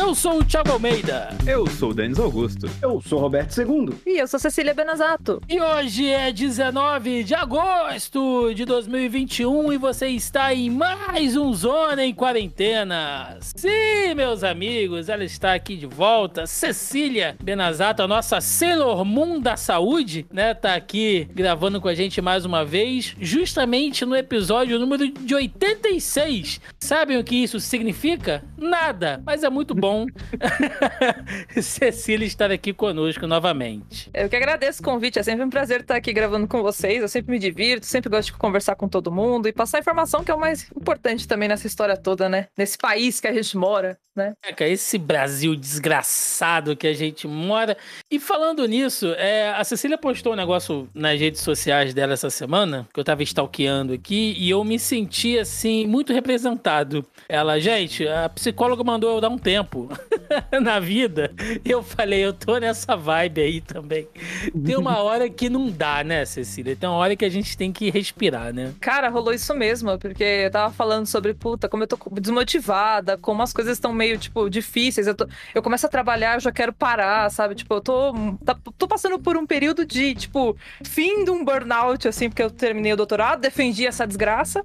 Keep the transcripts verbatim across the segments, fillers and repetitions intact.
Eu sou o Thiago Almeida. Eu sou o Denis Augusto. Eu sou o Roberto Segundo. E eu sou Cecília Benazzato. E hoje é dezenove de agosto de dois mil e vinte e um e você está em mais um Zona em Quarentena. Sim, meus amigos, ela está aqui de volta. Cecília Benazzato, a nossa Sailor Moon da saúde, né? Tá aqui gravando com a gente mais uma vez, justamente no episódio número de oitenta e seis. Sabem o que isso significa? Nada, mas é muito bom Cecília estar aqui conosco novamente. Eu que agradeço o convite, é sempre um prazer estar aqui gravando com vocês, eu sempre me divirto, sempre gosto de conversar com todo mundo e passar informação, que é o mais importante também nessa história toda, né? Nesse país que a gente mora, né? É, esse Brasil desgraçado que a gente mora. E falando nisso, é, a Cecília postou um negócio nas redes sociais dela essa semana, que eu tava stalkeando aqui, e eu me senti, assim, muito representado. Ela, gente, a psicóloga mandou eu dar um tempo na vida. Eu falei, eu tô nessa vibe aí também. Tem uma hora que não dá, né, Cecília? Tem uma hora que a gente tem que respirar, né? Cara, rolou isso mesmo, porque eu tava falando sobre, puta, como eu tô desmotivada, como as coisas estão meio, tipo, difíceis. Eu, tô, eu começo a trabalhar, eu já quero parar, sabe? Tipo, eu tô, tá, tô passando por um período de, tipo, fim de um burnout, assim, porque eu terminei o doutorado, defendi essa desgraça.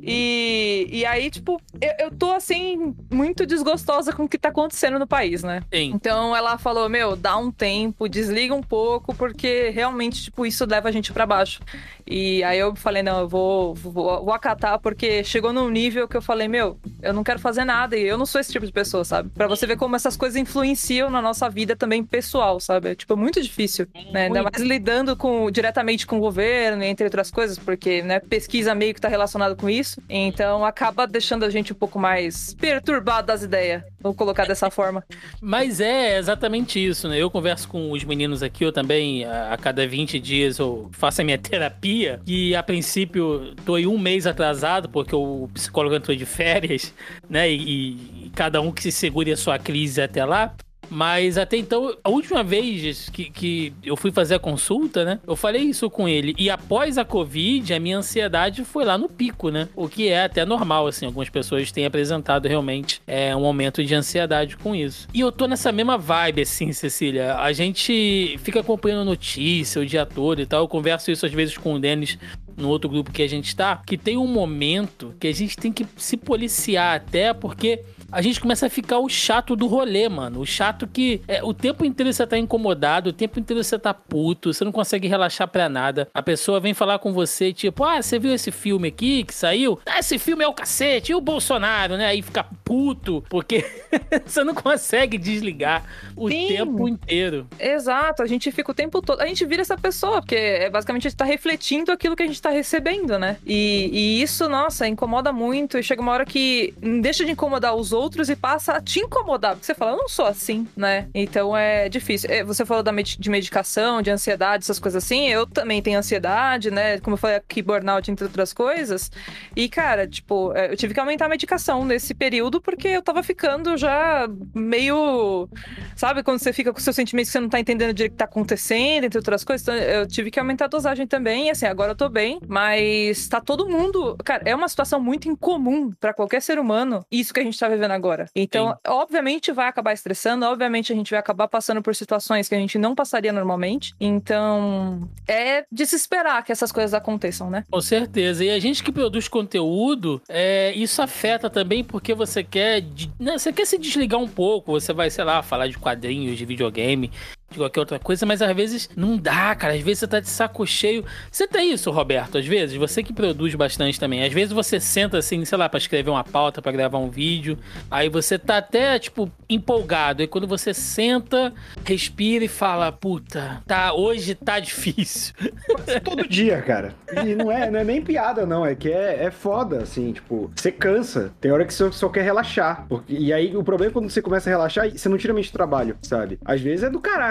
E, e aí, tipo, eu, eu tô, assim, muito desgostosa com o que tá acontecendo no país, né? Sim. Então ela falou, meu, dá um tempo, desliga um pouco, porque realmente, tipo, isso leva a gente pra baixo. E aí eu falei, não, eu vou, vou, vou acatar, porque chegou num nível que eu falei, meu, eu não quero fazer nada, e eu não sou esse tipo de pessoa, sabe? Pra você ver como essas coisas influenciam na nossa vida também pessoal, sabe? É, tipo, muito difícil, né? Ainda mais lidando com, diretamente com o governo, entre outras coisas, porque, né, pesquisa meio que tá relacionada com isso, então acaba deixando a gente um pouco mais perturbado das ideias, vou colocar dessa forma. Mas é exatamente isso, né? Eu converso com os meninos aqui, eu também, a, a cada vinte dias eu faço a minha terapia, e a princípio tô aí um mês atrasado, porque o psicólogo entrou de férias, né? E, e cada um que se segure a sua crise até lá. Mas até então, a última vez que, que eu fui fazer a consulta, né? Eu falei isso com ele. E após a Covid, a minha ansiedade foi lá no pico, né? O que é até normal, assim. Algumas pessoas têm apresentado realmente é, um aumento de ansiedade com isso. E eu tô nessa mesma vibe, assim, Cecília. A gente fica acompanhando notícia o dia todo e tal. Eu converso isso às vezes com o Denis no outro grupo que a gente tá. Que tem um momento que a gente tem que se policiar até, porque a gente começa a ficar o chato do rolê, mano. O chato que é, o tempo inteiro você tá incomodado, o tempo inteiro você tá puto, você não consegue relaxar pra nada. A pessoa vem falar com você, tipo, ah, você viu esse filme aqui que saiu? Ah, esse filme é o cacete, e o Bolsonaro, né? Aí fica puto, porque você não consegue desligar o Sim. tempo inteiro. Exato, a gente fica o tempo todo, a gente vira essa pessoa, porque é, basicamente a gente tá refletindo aquilo que a gente tá recebendo, né? E, e isso, nossa, incomoda muito, e chega uma hora que deixa de incomodar os outros e passa a te incomodar, porque você fala, eu não sou assim, né? Então é difícil. Você falou da med- de medicação, de ansiedade, essas coisas assim, eu também tenho ansiedade, né? Como eu falei aqui, burnout, entre outras coisas. E, cara, tipo, eu tive que aumentar a medicação nesse período porque eu tava ficando já meio... Sabe, quando você fica com seus sentimentos que você não tá entendendo direito o que tá acontecendo, entre outras coisas, então eu tive que aumentar a dosagem também, e assim, agora eu tô bem, mas tá todo mundo... Cara, é uma situação muito incomum pra qualquer ser humano, isso que a gente tá vivendo agora. Então, Sim. obviamente vai acabar estressando, obviamente a gente vai acabar passando por situações que a gente não passaria normalmente. Então, é de se esperar que essas coisas aconteçam, né? Com certeza. E a gente que produz conteúdo, é, isso afeta também porque você quer, né, você quer se desligar um pouco, você vai, sei lá, falar de quadrinhos, de videogame, de qualquer outra coisa, mas às vezes não dá, cara. Às vezes você tá de saco cheio. Você tem isso, Roberto? Às vezes, você que produz bastante também. Às vezes você senta assim, sei lá, pra escrever uma pauta, pra gravar um vídeo. Aí você tá até, tipo, empolgado. E quando você senta, respira e fala, puta, tá, hoje tá difícil. Todo dia, cara. E não é, não é nem piada, não. É que é, é foda, assim, tipo, você cansa. Tem hora que você só quer relaxar. Porque, e aí o problema é quando você começa a relaxar, você não tira mente do trabalho, sabe? Às vezes é do caralho.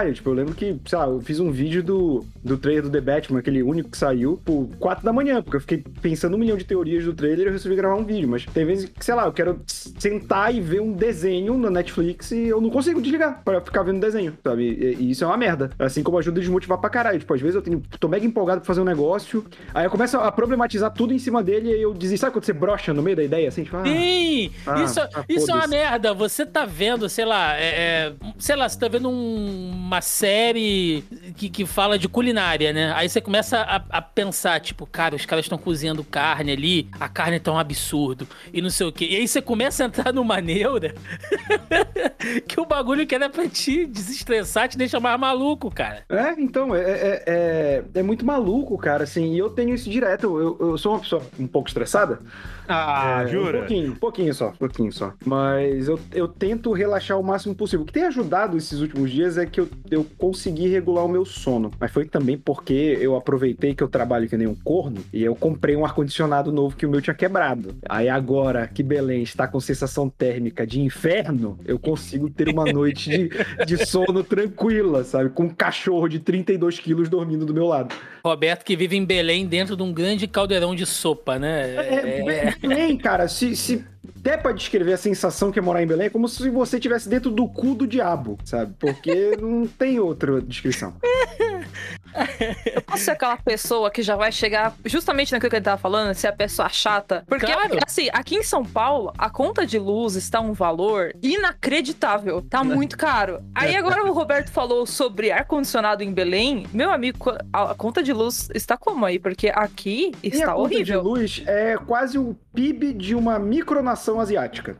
caralho. Tipo, eu lembro que, sei lá, eu fiz um vídeo do, do trailer do The Batman, aquele único que saiu, por quatro da manhã, porque eu fiquei pensando um milhão de teorias do trailer e eu resolvi gravar um vídeo. Mas tem vezes que, sei lá, eu quero sentar e ver um desenho na Netflix e eu não consigo desligar pra ficar vendo desenho, sabe? E, e isso é uma merda. Assim como ajuda a desmotivar pra caralho. Tipo, às vezes eu tenho, tô mega empolgado pra fazer um negócio, aí eu começo a problematizar tudo em cima dele e eu desisto. Sabe quando você brocha no meio da ideia, assim? Tipo, ah, Sim! ah, isso ah, isso é uma merda. Você tá vendo, sei lá, é, é, sei lá, você tá vendo um, uma série que, que fala de culinária, né? Aí você começa a, a pensar, tipo, cara, os caras estão cozinhando carne ali, a carne tá um absurdo, e não sei o quê. E aí você começa a entrar numa neura que o bagulho que era pra te desestressar te deixa mais maluco, cara. É, então, é, é, é, é muito maluco, cara, assim, e eu tenho isso direto. Eu, eu sou uma pessoa um pouco estressada. Ah, é, jura? Um pouquinho, um pouquinho só, um pouquinho só. Mas eu, eu tento relaxar o máximo possível. O que tem ajudado esses últimos dias é que eu, eu consegui regular o meu sono. Mas foi também porque eu aproveitei que eu trabalho que nem um corno e eu comprei um ar-condicionado novo que o meu tinha quebrado. Aí agora que Belém está com sensação térmica de inferno, eu consigo ter uma noite de, de sono tranquila, sabe? Com um cachorro de trinta e dois quilos dormindo do meu lado. Roberto que vive em Belém dentro de um grande caldeirão de sopa, né? É, é... Belém, cara, se, se der pra descrever a sensação que é morar em Belém, é como se você estivesse dentro do cu do diabo, sabe? Porque não tem outra descrição. Eu posso ser aquela pessoa que já vai chegar justamente naquilo que ele tava falando, ser a pessoa chata. Porque, claro. assim, aqui em São Paulo, a conta de luz está um valor inacreditável. Tá muito caro. Aí agora o Roberto falou sobre ar-condicionado em Belém. Meu amigo, a conta de luz está como aí? Porque aqui está e a horrível. Conta de luz é quase o P I B de uma micronação asiática.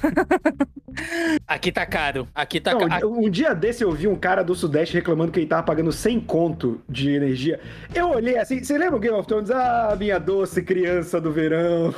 Aqui tá caro. Aqui tá Não, caro. Um dia desse eu vi um cara do Sudeste reclamando que ele tava pagando cem conto de energia. Eu olhei assim, você lembra o Game of Thrones? Ah, minha doce criança do verão.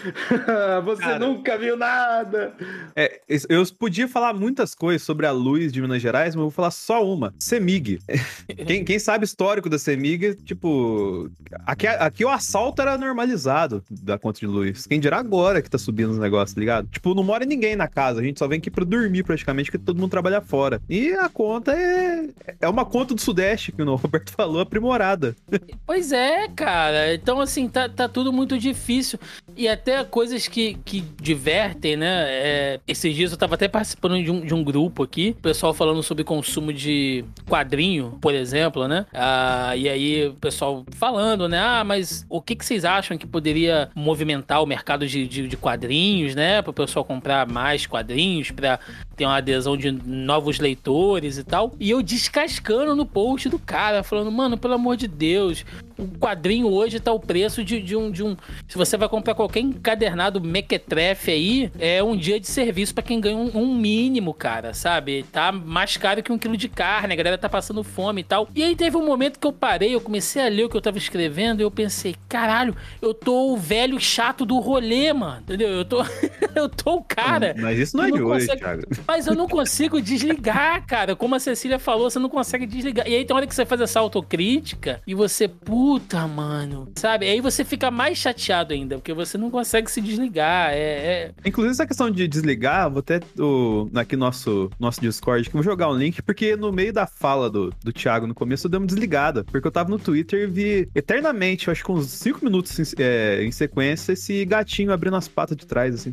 Você Cara, nunca viu nada. É, eu podia falar muitas coisas sobre a luz de Minas Gerais, mas eu vou falar só uma. CEMIG. quem, quem sabe o histórico da CEMIG, tipo... Aqui, aqui o assalto era normalizado da conta de luz. Quem dirá agora que tá subindo os negócios, tá ligado? Tipo, não mora ninguém na casa. A gente só vem aqui pra dormir praticamente, porque todo mundo trabalha fora. E a conta é... É uma conta do Sudeste, que o Roberto falou, aprimorada. Pois é, cara. Então, assim, tá, tá tudo muito difícil. E até coisas que, que divertem, né? É, esses dias eu tava até participando de um, de um grupo aqui, o pessoal falando sobre consumo de quadrinho, por exemplo, né? Ah, e aí o pessoal falando, né? Ah, mas o que, que vocês acham que poderia movimentar o mercado de, de, de quadrinhos, né? Para o pessoal comprar mais quadrinhos, para ter uma adesão de novos leitores e tal. E eu descascando no post do cara, falando, mano, pelo amor de Deus, o quadrinho hoje tá o preço de, de, um, de um... Se você vai comprar qualquer encadernado mequetrefe aí, é um dia de serviço pra quem ganha um, um mínimo, cara, sabe? Tá mais caro que um quilo de carne, a galera tá passando fome e tal. E aí teve um momento que eu parei, eu comecei a ler o que eu tava escrevendo e eu pensei, caralho, eu tô o velho chato do rolê, mano, entendeu? Eu tô, eu tô o cara... Mas isso não é de hoje, consegue... Thiago. Mas eu não consigo desligar, cara. Como a Cecília falou, você não consegue desligar. E aí tem hora que você faz essa autocrítica e você, puta, mano, sabe? Aí você fica mais chateado ainda, porque você não consegue se desligar. É, é... Inclusive, essa questão de desligar, vou até o, aqui no nosso, nosso Discord, que eu vou jogar um link, porque no meio da fala do, do Thiago no começo eu dei uma desligada, porque eu tava no Twitter e vi eternamente, eu acho que uns cinco minutos em, é, em sequência, esse gatinho abrindo as patas de trás, assim.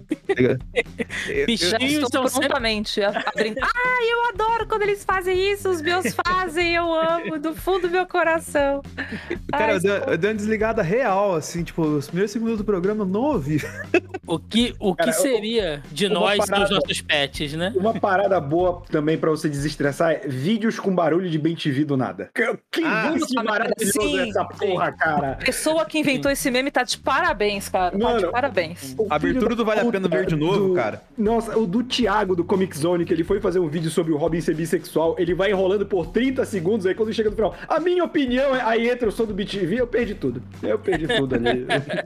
Bichinhos Estou estão prontamente abrindo. Ah, eu adoro quando eles fazem isso, os meus fazem, eu amo, do fundo do meu coração. Cara, Ai, eu, dei, eu dei uma desligada real, assim, tipo, os primeiros segundos do programa eu não ouvi. O que, o que Cara, seria de nós e dos nossos pets, né? Uma parada boa também pra você desestressar é vídeos com barulho de bem T V do nada. Que Ah, vídeo maravilhoso sim, essa porra, cara. A pessoa que inventou esse meme tá de parabéns, cara. Tá Mano, de parabéns. O A abertura do Vale a Pena Ver de novo, do... cara. Nossa, o do Thiago, do Comic Zone, que ele foi fazer um vídeo sobre o Robin ser bissexual, ele vai enrolando por trinta segundos, aí quando chega no final, a minha opinião é... Aí entra o som do B T V, eu perdi tudo. Eu perdi tudo ali.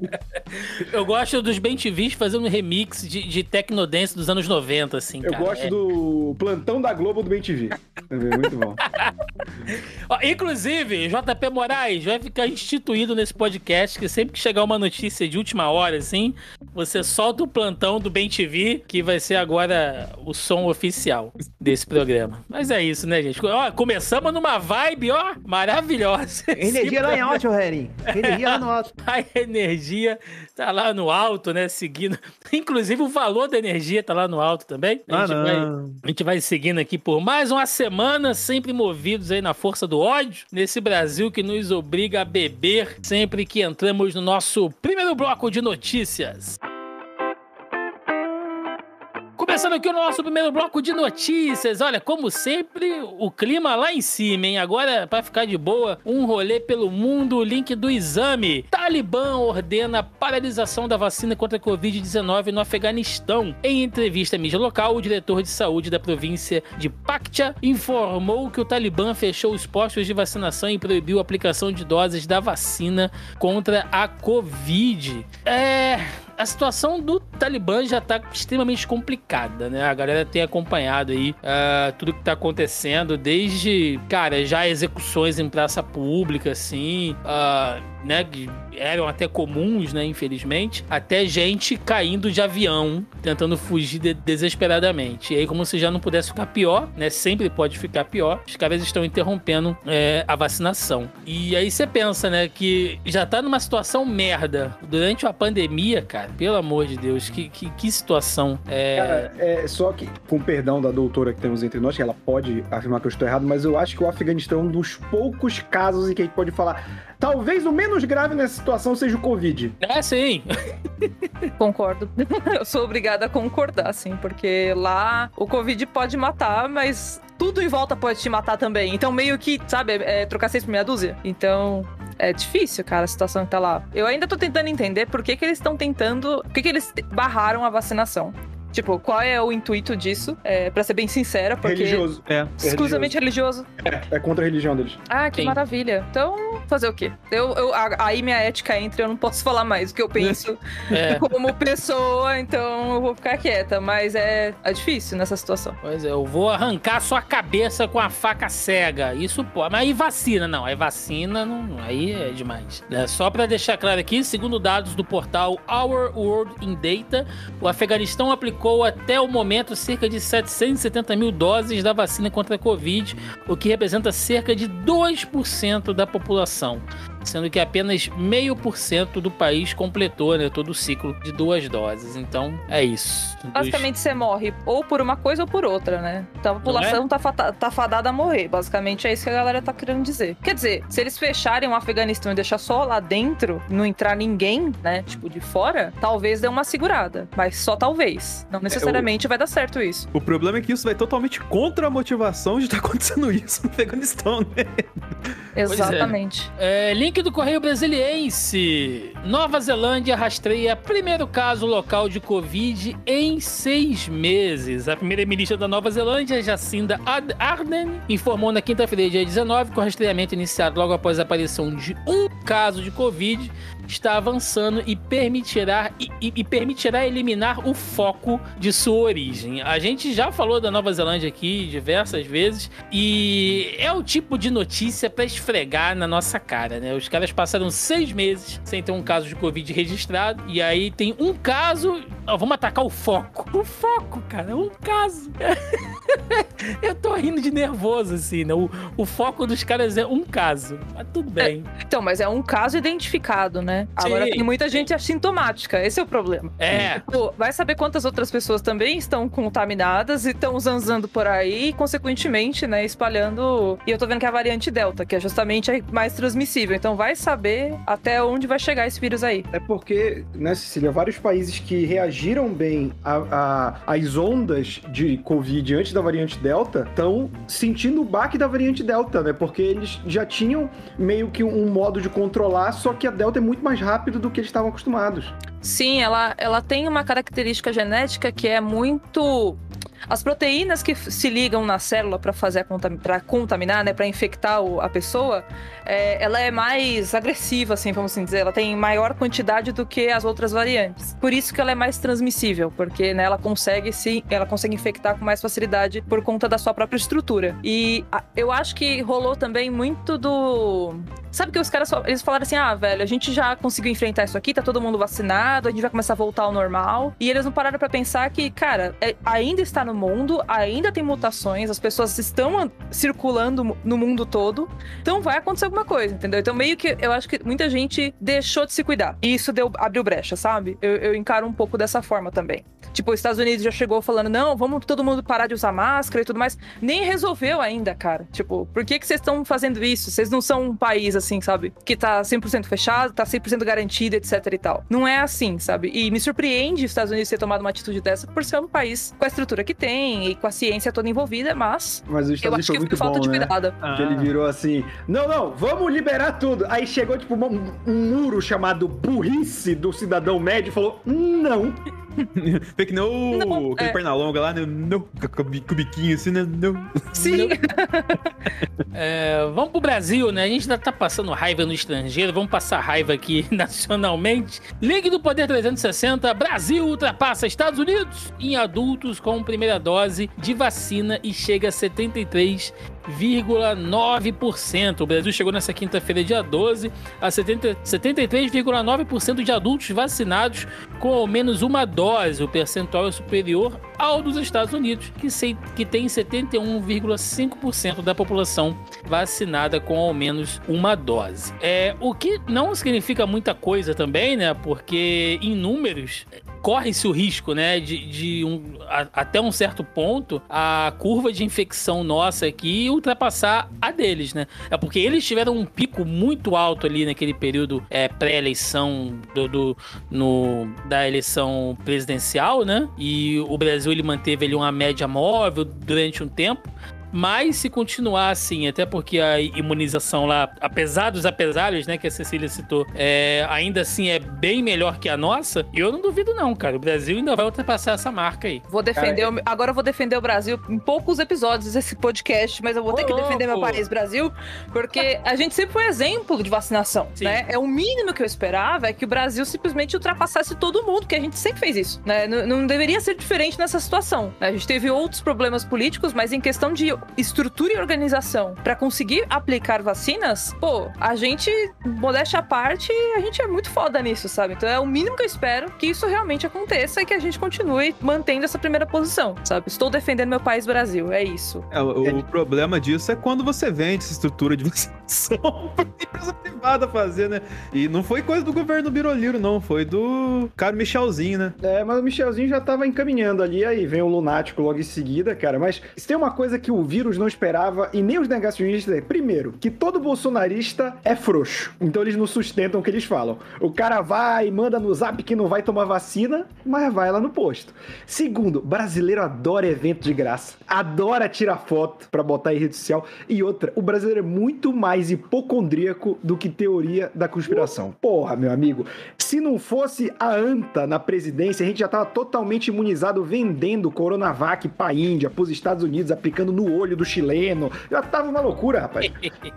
Eu gosto dos Ben T Vs fazendo um remix de, de Tecnodance dos anos noventa, assim, Eu cara. gosto É... do plantão da Globo do Ben T V. É muito bom. Ó, inclusive, J P Moraes vai ficar instituído nesse podcast que sempre que chegar uma notícia de última hora, assim, você solta o plantão do Bem T V, que vai ser agora o som oficial desse programa. Mas é isso, né, gente? Ó, começamos numa vibe, ó, maravilhosa. Energia lá em alto, Rerinho. Energia lá no alto. A energia tá lá no alto, né? Seguindo. Inclusive, o valor da energia tá lá no alto também. A gente, Ah, vai, não. a gente vai seguindo aqui por mais uma semana, sempre movidos aí na força do ódio, nesse Brasil que nos obriga a beber sempre que entramos no nosso primeiro bloco de notícias. Começando aqui o nosso primeiro bloco de notícias. Olha, como sempre, o clima lá em cima, hein? Agora, pra ficar de boa, um rolê pelo mundo, o link do exame. Talibã ordena paralisação da vacina contra a covid dezenove no Afeganistão. Em entrevista à mídia local, o diretor de saúde da província de Paktia informou que o Talibã fechou os postos de vacinação e proibiu a aplicação de doses da vacina contra a Covid. É... A situação do Talibã já tá extremamente complicada, né? A galera tem acompanhado aí uh, tudo que tá acontecendo, desde, cara, já execuções em praça pública, assim, uh, né? Que eram até comuns, né? Infelizmente, até gente caindo de avião, tentando fugir de- desesperadamente. E aí, como se já não pudesse ficar pior, né? Sempre pode ficar pior, os caras estão interrompendo é, a vacinação. E aí você pensa, né? Que já tá numa situação merda durante a pandemia, cara. Pelo amor de Deus, que, que, que situação. É... Cara, é só que, com perdão da doutora que temos entre nós, que ela pode afirmar que eu estou errado, mas eu acho que o Afeganistão é um dos poucos casos em que a gente pode falar. Talvez o menos grave nessa situação seja o Covid. É, sim. Concordo. Eu sou obrigada a concordar, sim, porque lá o Covid pode matar, mas tudo em volta pode te matar também. Então, meio que, sabe, é trocar seis por meia dúzia. Então, é difícil, cara, a situação que tá lá. Eu ainda tô tentando entender por que que eles estão tentando... Por que que eles barraram a vacinação. Tipo, qual é o intuito disso? É, pra ser bem sincera, porque... Religioso. É. Exclusivamente religioso. É, é contra a religião deles. Ah, que Sim. maravilha. Então, fazer o quê? Eu, eu, a- aí minha ética entra, eu não posso falar mais o que eu penso É. como pessoa, então eu vou ficar quieta. Mas é, é difícil nessa situação. Pois é, eu vou arrancar sua cabeça com a faca cega. Isso pode. Mas aí vacina, não. Aí vacina, não, aí é demais. É, só pra deixar claro aqui, segundo dados do portal Our World in Data, o Afeganistão aplicou até o momento cerca de setecentos e setenta mil doses da vacina contra a Covid, o que representa cerca de dois por cento da população, sendo que apenas meio por cento do país completou, né, todo o ciclo de duas doses. Então, é isso. Dos- Basicamente, você morre ou por uma coisa ou por outra, né? Então a população tá, fata- tá fadada a morrer. Basicamente, é isso que a galera tá querendo dizer. Quer dizer, se eles fecharem o Afeganistão e deixar só lá dentro, não entrar ninguém, né? Tipo, de fora, talvez dê uma segurada. Mas só talvez. Não necessariamente vai dar certo isso. O problema é que isso vai totalmente contra a motivação de estar acontecendo isso no Afeganistão, né? é. Exatamente. É, link do Correio Brasiliense. Nova Zelândia rastreia primeiro caso local de Covid em seis meses. A primeira-ministra da Nova Zelândia, Jacinda Ad- Ardern, informou na quinta-feira, dia dezenove, que o rastreamento iniciado logo após a aparição de um caso de Covid está avançando e permitirá, e, e- e permitirá eliminar o foco de sua origem. A gente já falou da Nova Zelândia aqui diversas vezes e é o tipo de notícia pra esfregar na nossa cara, né? Os caras passaram seis meses sem ter um caso de Covid registrado e aí tem um caso... Ó, vamos atacar o foco. O foco, cara, um caso. Eu tô rindo de nervoso, assim, né? O, o foco dos caras é um caso. Mas tudo bem. Então, mas é um caso identificado, né? Agora Sim. tem muita gente assintomática. Esse é o problema. É. Pô, vai saber quantas outras pessoas também estão contaminadas e estão zanzando por aí e, consequentemente, né, espalhando. E eu tô vendo que é a variante Delta, que é justamente a mais transmissível. Então vai saber até onde vai chegar esse vírus aí. É porque, né, Cecília, vários países que reagiram bem a- a- às ondas de Covid antes da variante Delta estão sentindo o baque da variante Delta, né? Porque eles já tinham meio que um modo de controlar, só que a Delta é muito mais rápido do que eles estavam acostumados. Sim, ela, ela tem uma característica genética que é muito As proteínas que se ligam na célula para fazer a contam- pra contaminar, né, para infectar o- a pessoa, é, ela é mais agressiva, assim, vamos assim dizer. Ela tem maior quantidade do que as outras variantes. Por isso que ela é mais transmissível, porque né, ela consegue se, ela consegue infectar com mais facilidade por conta da sua própria estrutura. E a, eu acho que rolou também muito do... Sabe que os caras eles falaram assim, ah, velho, a gente já conseguiu enfrentar isso aqui, tá todo mundo vacinado, a gente vai começar a voltar ao normal. E eles não pararam pra pensar que, cara, é, ainda está no mundo, ainda tem mutações, as pessoas estão circulando no mundo todo, então vai acontecer alguma coisa, entendeu? Então meio que eu acho que muita gente deixou de se cuidar. E isso deu, abriu brecha, sabe? Eu, eu encaro um pouco dessa forma também. Tipo, os Estados Unidos já chegou falando, não, vamos todo mundo parar de usar máscara e tudo mais. Nem resolveu ainda, cara. Tipo, por que que vocês estão fazendo isso? Vocês não são um país, assim, sabe? Que tá cem por cento fechado, tá cem por cento garantido, etc e tal. Não é assim, sabe? E me surpreende os Estados Unidos ter tomado uma atitude dessa por ser um país com a estrutura que tem e com a ciência toda envolvida, mas... Mas os eu Estados Unidos acho foi que muito foi falta bom, de né? cuidado. Ah. Que ele virou assim, não, não, vamos liberar tudo. Aí chegou, tipo, um, um muro chamado burrice do cidadão médio e falou, não. Fake no Não, aquele é. perna longa lá, né? Não, com o biquinho assim, né? Não. Sim. É, vamos pro Brasil, né? A gente ainda tá passando raiva no estrangeiro, vamos passar raiva aqui nacionalmente. Link do Poder trezentos e sessenta, Brasil ultrapassa Estados Unidos em adultos com primeira dose de vacina e chega a setenta e três vírgula nove por cento. O Brasil chegou nessa quinta-feira, dia doze, a setenta, setenta e três vírgula nove por cento de adultos vacinados com ao menos uma dose. O percentual é superior ao dos Estados Unidos, que, se, que tem setenta e um vírgula cinco por cento da população vacinada com ao menos uma dose. É, o que não significa muita coisa também, né? Porque em números corre-se o risco, né, de, de um, a, até um certo ponto, a curva de infecção nossa aqui ultrapassar a deles, né? É porque eles tiveram um pico muito alto ali naquele período é, pré-eleição do, do, no, da eleição presidencial, né? E o Brasil, ele manteve ali uma média móvel durante um tempo. Mas se continuar assim, até porque a imunização lá, apesar dos apesares, né, que a Cecília citou, é, ainda assim é bem melhor que a nossa, eu não duvido não, cara. O Brasil ainda vai ultrapassar essa marca aí. Vou defender, Cara, o- agora eu vou defender o Brasil em poucos episódios desse podcast, mas eu vou ter Ô, que defender meu louco! país, Brasil, porque a gente sempre foi exemplo de vacinação, Sim. né? É o mínimo que eu esperava, é que o Brasil simplesmente ultrapassasse todo mundo, que a gente sempre fez isso, né? Não, não deveria ser diferente nessa situação, né? A gente teve outros problemas políticos, mas em questão de estrutura e organização para conseguir aplicar vacinas, pô, a gente, modéstia à parte, a gente é muito foda nisso, sabe? Então é o mínimo que eu espero que isso realmente aconteça e que a gente continue mantendo essa primeira posição, sabe? Estou defendendo meu país, Brasil, é isso. É, o, o problema disso é quando você vende essa estrutura de vacinação pra empresa privada fazer, né? E não foi coisa do governo Biroliro, não. Foi do cara Michelzinho, né? É, mas o Michelzinho já tava encaminhando ali, aí vem o lunático logo em seguida, cara. Mas se tem uma coisa que o vírus não esperava, e nem os negacionistas, é, primeiro, que todo bolsonarista é frouxo. Então eles não sustentam o que eles falam. O cara vai, manda no zap que não vai tomar vacina, mas vai lá no posto. Segundo, brasileiro adora evento de graça. Adora tirar foto pra botar em rede social. E outra, o brasileiro é muito mais hipocondríaco do que teoria da conspiração. Porra, meu amigo, se não fosse a ANTA na presidência, a gente já tava totalmente imunizado vendendo Coronavac pra Índia, pros Estados Unidos, aplicando no olho do chileno. Já tava uma loucura, rapaz.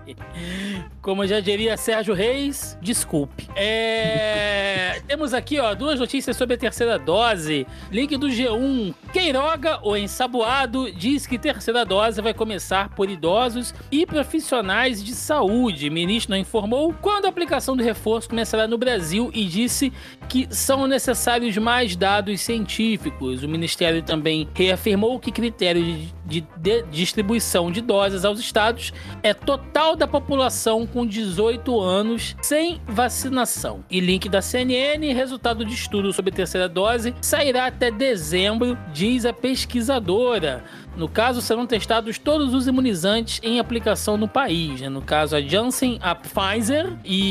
Como já diria Sérgio Reis, desculpe. É... Temos aqui, ó, duas notícias sobre a terceira dose. Link do G um. Queiroga, o ensaboado, diz que terceira dose vai começar por idosos e profissionais de saúde. O ministro não informou quando a aplicação do reforço começará no Brasil e disse que são necessários mais dados científicos. O ministério também reafirmou que critério de, de, de distribuição de doses aos estados é total da população com dezoito anos sem vacinação. E link da C N N, resultado de estudo sobre a terceira dose sairá até dezembro, diz a pesquisadora. No caso, serão testados todos os imunizantes em aplicação no país, né? No caso, a Janssen, a Pfizer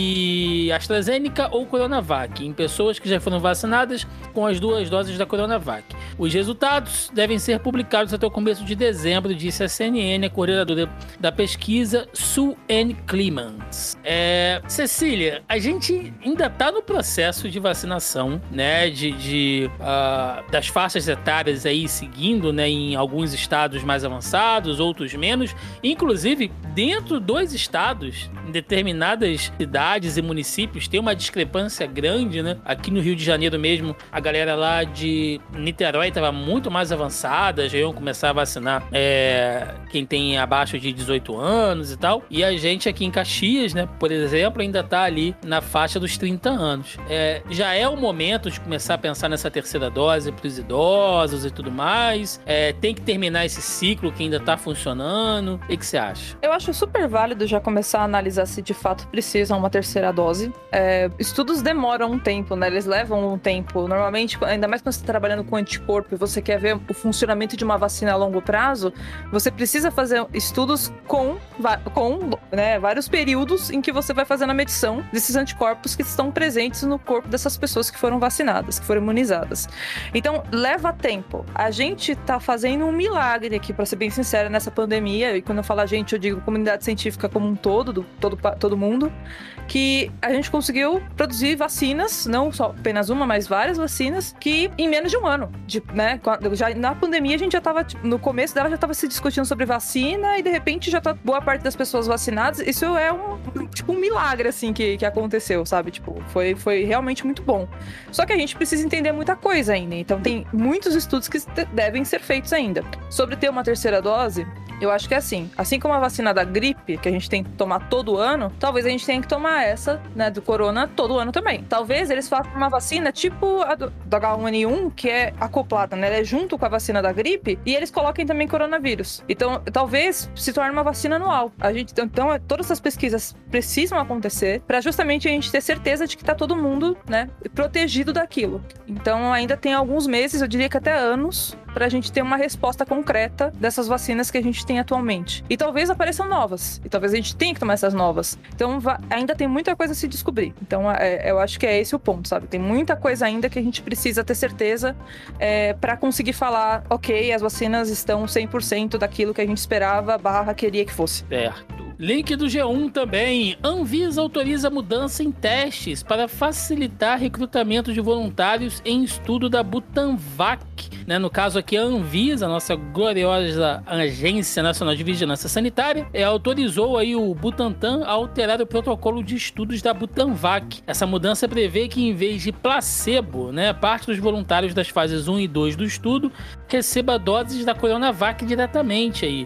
e a AstraZeneca ou Coronavac, em pessoas que já foram vacinadas com as duas doses da Coronavac. Os resultados devem ser publicados até o começo de dezembro, disse a C N N, a coordenadora da pesquisa, Sue Ann Clemens. É, Cecília, a gente ainda está no processo de vacinação, né, de, de, uh, das faixas etárias aí seguindo, né, em alguns estados mais avançados, outros menos. Inclusive, dentro dos estados, em determinadas cidades e municípios, tem uma discrepância grande, né? Aqui no Rio de Janeiro mesmo, a galera lá de Niterói estava muito mais avançada, já iam começar a vacinar é, quem tem abaixo de dezoito anos e tal. E a gente aqui em Caxias, né, por exemplo, ainda tá ali na faixa dos trinta anos. É, já é o momento de começar a pensar nessa terceira dose para os idosos e tudo mais. É, tem que terminar esse ciclo que ainda tá funcionando. O que você acha? Eu acho super válido já começar a analisar se de fato precisam uma terceira dose. É, estudos demoram um tempo, né? Eles levam um tempo. Normalmente, ainda mais quando você está trabalhando com anticorpo e você quer ver o funcionamento de uma vacina a longo prazo, você precisa fazer estudos com, com né, vários períodos em que você vai fazendo a medição desses anticorpos que estão presentes no corpo dessas pessoas que foram vacinadas, que foram imunizadas. Então, leva tempo. A gente tá fazendo um milagre aqui, para ser bem sincera, nessa pandemia, e quando eu falo a gente, eu digo comunidade científica como um todo, do, todo, todo mundo, que a gente conseguiu produzir vacinas, não só apenas uma, mas várias vacinas, que em menos de um ano, de, né, já, na pandemia a gente já tava, no começo dela já tava se discutindo sobre vacina, e de repente já tá boa parte das pessoas vacinadas. Isso é um, tipo, um milagre, assim, que, que aconteceu, sabe? Tipo, foi, foi realmente muito bom. Só que a gente precisa entender muita coisa ainda, então tem muitos estudos que devem ser feitos ainda. Sobre ter uma terceira dose, eu acho que é assim, assim como a vacina da gripe, que a gente tem que tomar todo ano, talvez a gente tenha que tomar essa, né, do corona todo ano também. Talvez eles façam uma vacina tipo a do, do H um N um, que é acoplada, né, ela é junto com a vacina da gripe, e eles coloquem também coronavírus. Então, talvez se torne uma vacina anual. A gente, então, todas essas pesquisas precisam acontecer para justamente a gente ter certeza de que tá todo mundo, né, protegido daquilo. Então, ainda tem alguns meses, eu diria que até anos, pra gente ter uma resposta concreta dessas vacinas que a gente tem atualmente. E talvez apareçam novas. E talvez a gente tenha que tomar essas novas. Então, ainda tem muita coisa a se descobrir. Então, é, eu acho que é esse o ponto, sabe? Tem muita coisa ainda que a gente precisa ter certeza é, pra conseguir falar, ok, as vacinas estão cem por cento daquilo que a gente esperava, barra, queria que fosse. Certo. Link do G um também. Anvisa autoriza mudança em testes para facilitar recrutamento de voluntários em estudo da Butanvac. Né? No caso aqui, a Anvisa, a nossa gloriosa Agência Nacional de Vigilância Sanitária, é, autorizou aí o Butantan a alterar o protocolo de estudos da Butanvac. Essa mudança prevê que, em vez de placebo, né, parte dos voluntários das fases um e dois do estudo receba doses da Coronavac diretamente aí,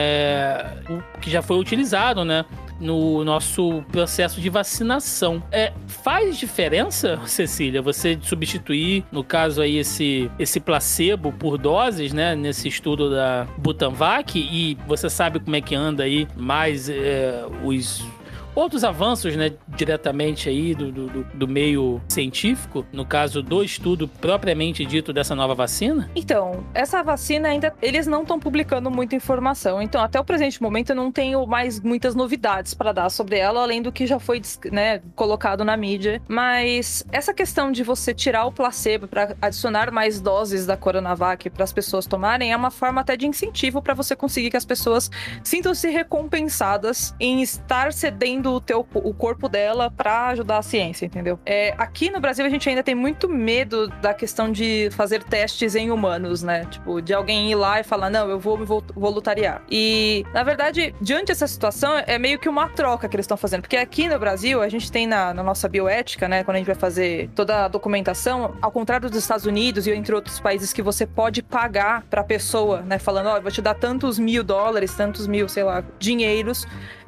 é, o que já foi utilizado, né, no nosso processo de vacinação. É, faz diferença, Cecília, você substituir, no caso aí, esse, esse placebo por doses, né, nesse estudo da Butanvac, e você sabe como é que anda aí mais é, os outros avanços, né, diretamente aí do, do, do meio científico, no caso do estudo propriamente dito dessa nova vacina? Então, essa vacina ainda, eles não estão publicando muita informação, então até o presente momento eu não tenho mais muitas novidades para dar sobre ela, além do que já foi, né, colocado na mídia, mas essa questão de você tirar o placebo para adicionar mais doses da Coronavac para as pessoas tomarem é uma forma até de incentivo para você conseguir que as pessoas sintam-se recompensadas em estar cedendo o, teu, o corpo dela pra ajudar a ciência, entendeu? É, aqui no Brasil a gente ainda tem muito medo da questão de fazer testes em humanos, né? Tipo, de alguém ir lá e falar, não, eu vou me voluntariar. E, na verdade, diante dessa situação, é meio que uma troca que eles estão fazendo. Porque aqui no Brasil, a gente tem na, na nossa bioética, né? Quando a gente vai fazer toda a documentação, ao contrário dos Estados Unidos e entre outros países que você pode pagar pra pessoa, né? Falando, ó, oh, eu vou te dar tantos mil dólares, tantos mil, sei lá, dinheiros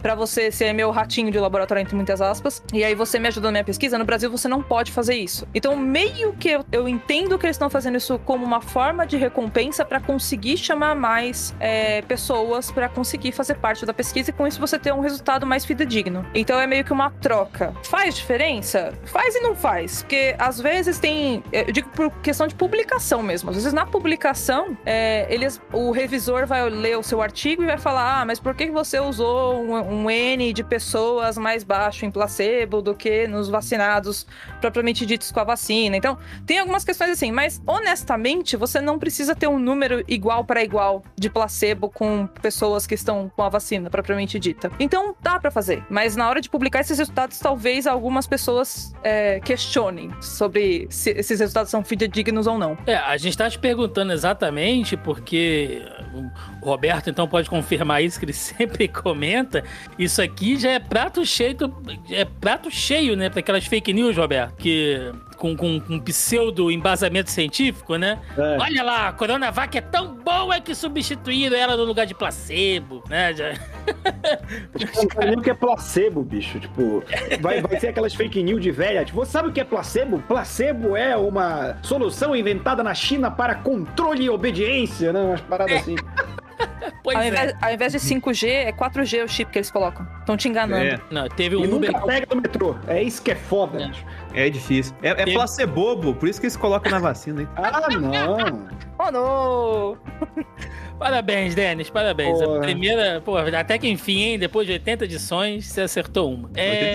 pra você ser meu ratinho de laboratório, entre muitas aspas, e aí você me ajudou na minha pesquisa. No Brasil, você não pode fazer isso. Então, meio que eu, eu entendo que eles estão fazendo isso como uma forma de recompensa pra conseguir chamar mais é, pessoas pra conseguir fazer parte da pesquisa e com isso você ter um resultado mais fidedigno. Então, é meio que uma troca. Faz diferença? Faz e não faz. Porque, às vezes, tem... Eu digo por questão de publicação mesmo. Às vezes, na publicação, é, eles, o revisor vai ler o seu artigo e vai falar, ah, mas por que você usou um, um N de pessoas mais baixo em placebo do que nos vacinados propriamente ditos com a vacina? Então, tem algumas questões assim, mas, honestamente, você não precisa ter um número igual para igual de placebo com pessoas que estão com a vacina propriamente dita. Então, dá pra fazer. Mas, na hora de publicar esses resultados, talvez algumas pessoas é, questionem sobre se esses resultados são fidedignos ou não. É, a gente tá te perguntando exatamente porque o Roberto, então, pode confirmar isso, que ele sempre comenta. Isso aqui já é prato cheio, é prato cheio, né, para aquelas fake news, Roberto, que... Com, com, com pseudo embasamento científico, né? É. Olha lá, a Coronavac é tão boa que substituíram ela no lugar de placebo, né? Já... Não sabe nem o que é placebo, bicho. Tipo, vai, vai ser aquelas fake news de velha. Tipo, você sabe o que é placebo? Placebo é uma solução inventada na China para controle e obediência, né? Umas paradas é. assim. Pois ao, invés, é. ao invés de cinco G, é quatro G o chip que eles colocam. Estão te enganando. É. Não, teve um e Uber... nunca pega no metrô. É isso que é foda, é. É difícil. É, é teve... placebobo, por isso que eles colocam na vacina, hein? Ah, não! Oh, não! Parabéns, Denis, parabéns. Porra. A primeira, pô, até que enfim, hein? Depois de oitenta edições, você acertou uma.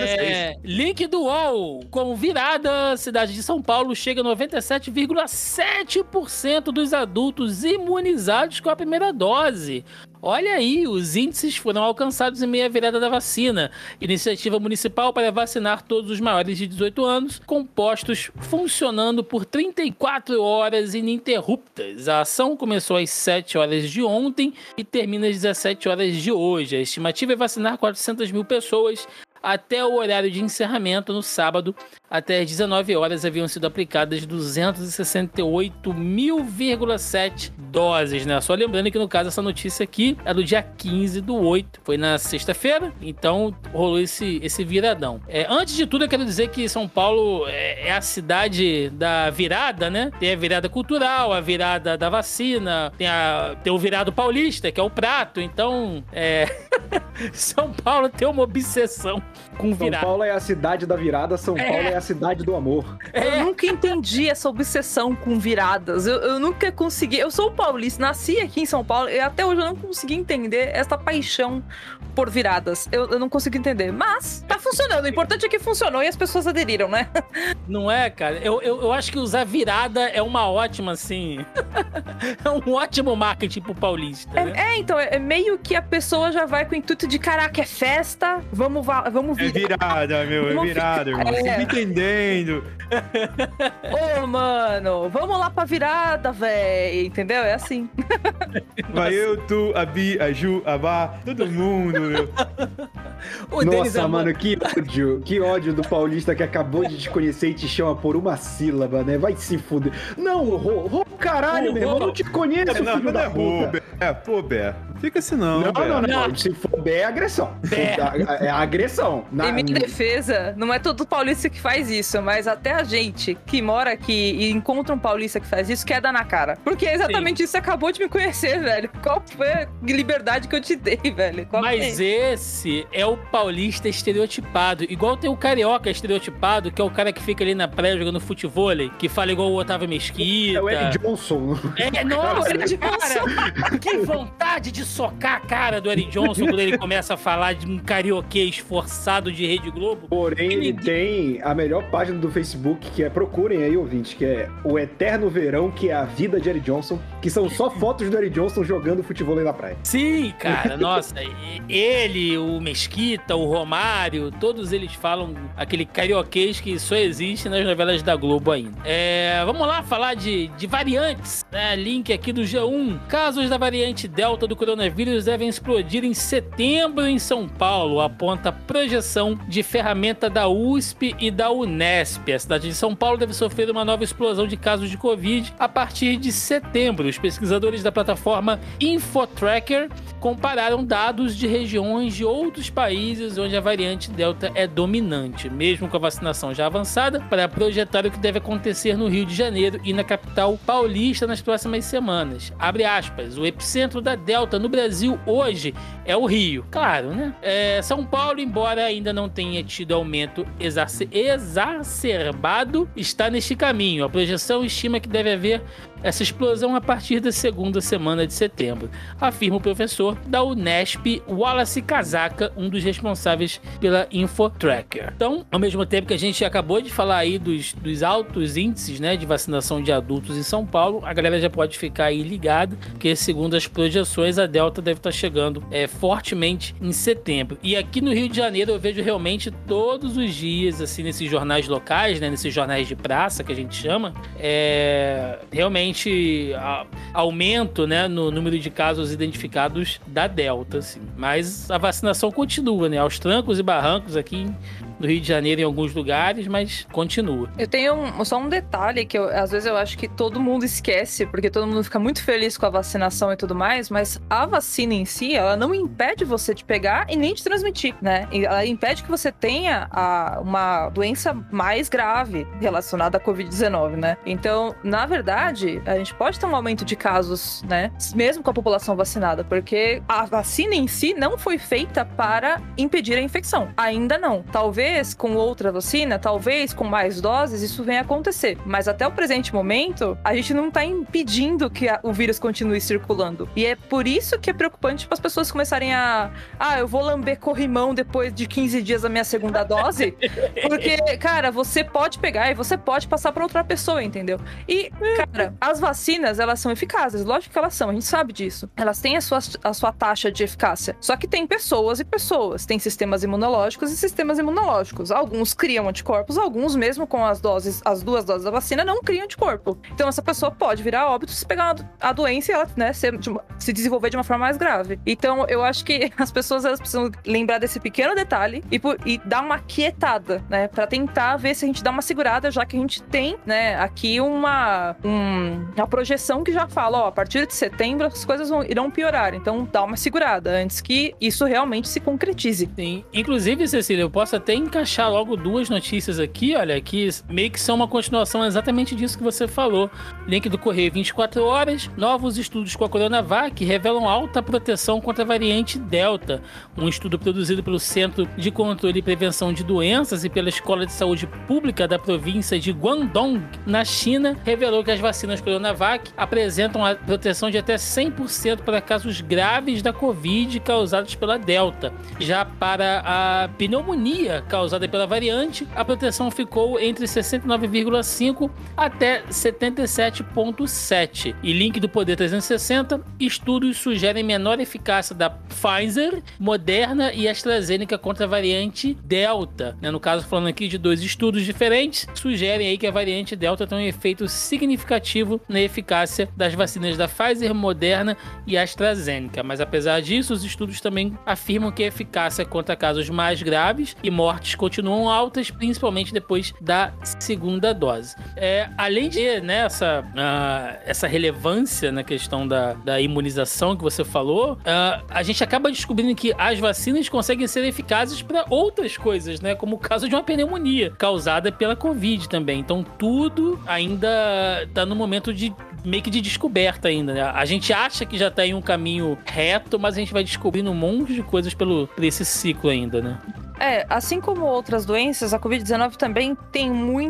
É, link do U O L. Com virada, cidade de São Paulo chega a noventa e sete vírgula sete por cento dos adultos imunizados com a primeira dose. Olha aí, os índices foram alcançados em meio à virada da vacina. Iniciativa municipal para vacinar todos os maiores de dezoito anos, com postos funcionando por trinta e quatro horas ininterruptas. A ação começou às sete horas de ontem e termina às dezessete horas de hoje. A estimativa é vacinar quatrocentas mil pessoas até o horário de encerramento no sábado. Até às dezenove horas haviam sido aplicadas duzentos e sessenta e oito mil vírgula sete doses, né? Só lembrando que no caso essa notícia aqui é do dia quinze do oito, foi na sexta-feira, então rolou esse, esse viradão. É, antes de tudo eu quero dizer que São Paulo é, é a cidade da virada, né? Tem a virada cultural, a virada da vacina, tem, a, tem o virado paulista, que é o prato, então é... São Paulo tem uma obsessão com virada. São Paulo é a cidade da virada, São é. Paulo é a cidade do amor. É. Eu nunca entendi essa obsessão com viradas. Eu, eu nunca consegui. Eu sou paulista, nasci aqui em São Paulo e até hoje eu não consegui entender essa paixão por viradas. Eu, eu não consigo entender. Mas tá funcionando. O importante é que funcionou e as pessoas aderiram, né? Não é, cara? Eu, eu, eu acho que usar virada é uma ótima, assim. É um ótimo marketing pro paulista. É, né? é então, é meio que a pessoa já vai com o intuito de caraca, é festa, vamos, vamos virar. É virada, meu, é virada, irmão. Você é. Tá entendendo. Ô, mano, vamos lá pra virada, véi. Entendeu? É assim. Vai eu, tu, a Bi, a Ju, a Bá, todo mundo, meu. Nossa, é mano, que ódio. Que ódio do paulista que acabou de te conhecer e te chama por uma sílaba, né? Vai se fuder. Não, Rô, Rô, caralho, oh, meu irmão. Eu não te conheço, não, filho não da é Rô, é, pô, Bé. Fica assim não, não, Bé. Não, não, não. Se for Bé, é agressão. Bé. É agressão. Na... Em minha defesa, não é todo paulista que faz isso, mas até a gente que mora aqui e encontra um paulista que faz isso, quer dar na cara. Porque é exatamente Sim. isso, você acabou de me conhecer, velho. Qual foi a liberdade que eu te dei, velho? Qual mas é? Esse é o paulista estereotipado. Igual tem o carioca estereotipado, que é o cara que fica ali na praia jogando futevôlei, que fala igual o Otávio Mesquita. É o Eric Johnson. É, nossa, Eric cara, que vontade de socar a cara do Eric Johnson quando ele começa a falar de um carioquês forçado de Rede Globo. Porém, ele, ele tem a melhor página do Facebook, que é, procurem aí, ouvintes, que é o Eterno Verão, que é a vida de Eric Johnson, que são só fotos do Eric Johnson jogando futevôlei na praia. Sim, cara, nossa, ele, o Mesquita, o Romário, todos eles falam aquele carioquês que só existe nas novelas da Globo ainda. É, vamos lá falar de, de variantes, né? Link aqui do G um. Casos da variante Delta do coronavírus coronavírus devem explodir em setembro em São Paulo, aponta a projeção de ferramenta da U S P e da Unesp. A cidade de São Paulo deve sofrer uma nova explosão de casos de Covid a partir de setembro. Os pesquisadores da plataforma InfoTracker compararam dados de regiões de outros países onde a variante Delta é dominante, mesmo com a vacinação já avançada, para projetar o que deve acontecer no Rio de Janeiro e na capital paulista nas próximas semanas. Abre aspas, o epicentro da Delta no Brasil hoje é o Rio. Claro, né? É, São Paulo, embora ainda não tenha tido aumento exacer- exacerbado, está neste caminho. A projeção estima que deve haver essa explosão a partir da segunda semana de setembro, afirma o professor da Unesp, Wallace Casaca, um dos responsáveis pela InfoTracker. Então, ao mesmo tempo que a gente acabou de falar aí dos, dos altos índices, né, de vacinação de adultos em São Paulo, a galera já pode ficar aí ligada, porque segundo as projeções, a Delta deve estar chegando é, fortemente em setembro. E aqui no Rio de Janeiro eu vejo realmente todos os dias, assim, nesses jornais locais, né, nesses jornais de praça que a gente chama, é, realmente A, aumento, né, no número de casos identificados da Delta, assim. Mas a vacinação continua, né, aos trancos e barrancos aqui no Rio de Janeiro em alguns lugares, mas continua. Eu tenho um, só um detalhe que eu, às vezes eu acho que todo mundo esquece, porque todo mundo fica muito feliz com a vacinação e tudo mais, mas a vacina em si, ela não impede você de pegar e nem de transmitir, né? Ela impede que você tenha a, uma doença mais grave relacionada à covid dezenove, né? Então, na verdade, a gente pode ter um aumento de casos, né? Mesmo com a população vacinada, porque a vacina em si não foi feita para impedir a infecção. Ainda não. Talvez com outra vacina, talvez com mais doses, isso venha a acontecer. Mas até o presente momento, a gente não tá impedindo que a, o vírus continue circulando. E é por isso que é preocupante para as pessoas começarem a... Ah, eu vou lamber corrimão depois de quinze dias da minha segunda dose. Porque, cara, você pode pegar e você pode passar para outra pessoa, entendeu? E, cara, as vacinas, elas são eficazes. Lógico que elas são, a gente sabe disso. Elas têm a sua, a sua taxa de eficácia. Só que tem pessoas e pessoas. Tem sistemas imunológicos e sistemas imunológicos. Alguns criam anticorpos, alguns, mesmo com as doses, as duas doses da vacina, não criam anticorpo. Então, essa pessoa pode virar óbito se pegar a doença e ela, né, se, se desenvolver de uma forma mais grave. Então, eu acho que as pessoas, elas precisam lembrar desse pequeno detalhe e, por, e dar uma quietada, né, pra tentar ver se a gente dá uma segurada, já que a gente tem, né, aqui uma, um, uma projeção que já fala, ó, a partir de setembro as coisas vão, irão piorar. Então, dá uma segurada antes que isso realmente se concretize. Sim. Inclusive, Cecília, eu posso até encaixar logo duas notícias aqui, olha, que meio que são uma continuação exatamente disso que você falou. Link do Correio vinte e quatro horas, novos estudos com a Coronavac revelam alta proteção contra a variante Delta. Um estudo produzido pelo Centro de Controle e Prevenção de Doenças e pela Escola de Saúde Pública da província de Guangdong, na China, revelou que as vacinas Coronavac apresentam a proteção de até cem por cento para casos graves da Covid causados pela Delta. Já para a pneumonia causada pela variante, a proteção ficou entre sessenta e nove vírgula cinco até setenta e sete vírgula sete. E link do Poder trezentos e sessenta, estudos sugerem menor eficácia da Pfizer, Moderna e AstraZeneca contra a variante Delta. No caso, falando aqui de dois estudos diferentes, sugerem aí que a variante Delta tem um efeito significativo na eficácia das vacinas da Pfizer, Moderna e AstraZeneca. Mas apesar disso, os estudos também afirmam que a eficácia contra casos mais graves e mortes continuam altas, principalmente depois da segunda dose. É, além de ter, né, essa, uh, essa relevância na questão da, da imunização que você falou, uh, a gente acaba descobrindo que as vacinas conseguem ser eficazes para outras coisas, né, como o caso de uma pneumonia causada pela Covid também. Então tudo ainda está no momento de meio que de descoberta ainda, né? A gente acha que já tá em um caminho reto, mas a gente vai descobrindo um monte de coisas pelo, por esse ciclo ainda, né? É, assim como outras doenças, a covid dezenove também tem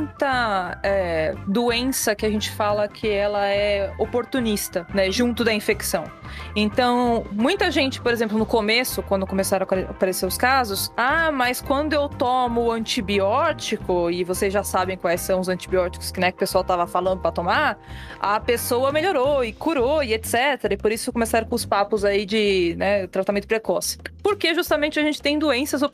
muita é, doença que a gente fala que ela é oportunista, né, junto da infecção. Então, muita gente, por exemplo, no começo, quando começaram a aparecer os casos, ah, mas quando eu tomo antibiótico, e vocês já sabem quais são os antibióticos que, né, que o pessoal tava falando pra tomar, a pessoa melhorou e curou e etcétera. E por isso começaram com os papos aí de, né, tratamento precoce. Porque justamente a gente tem doenças oportunistas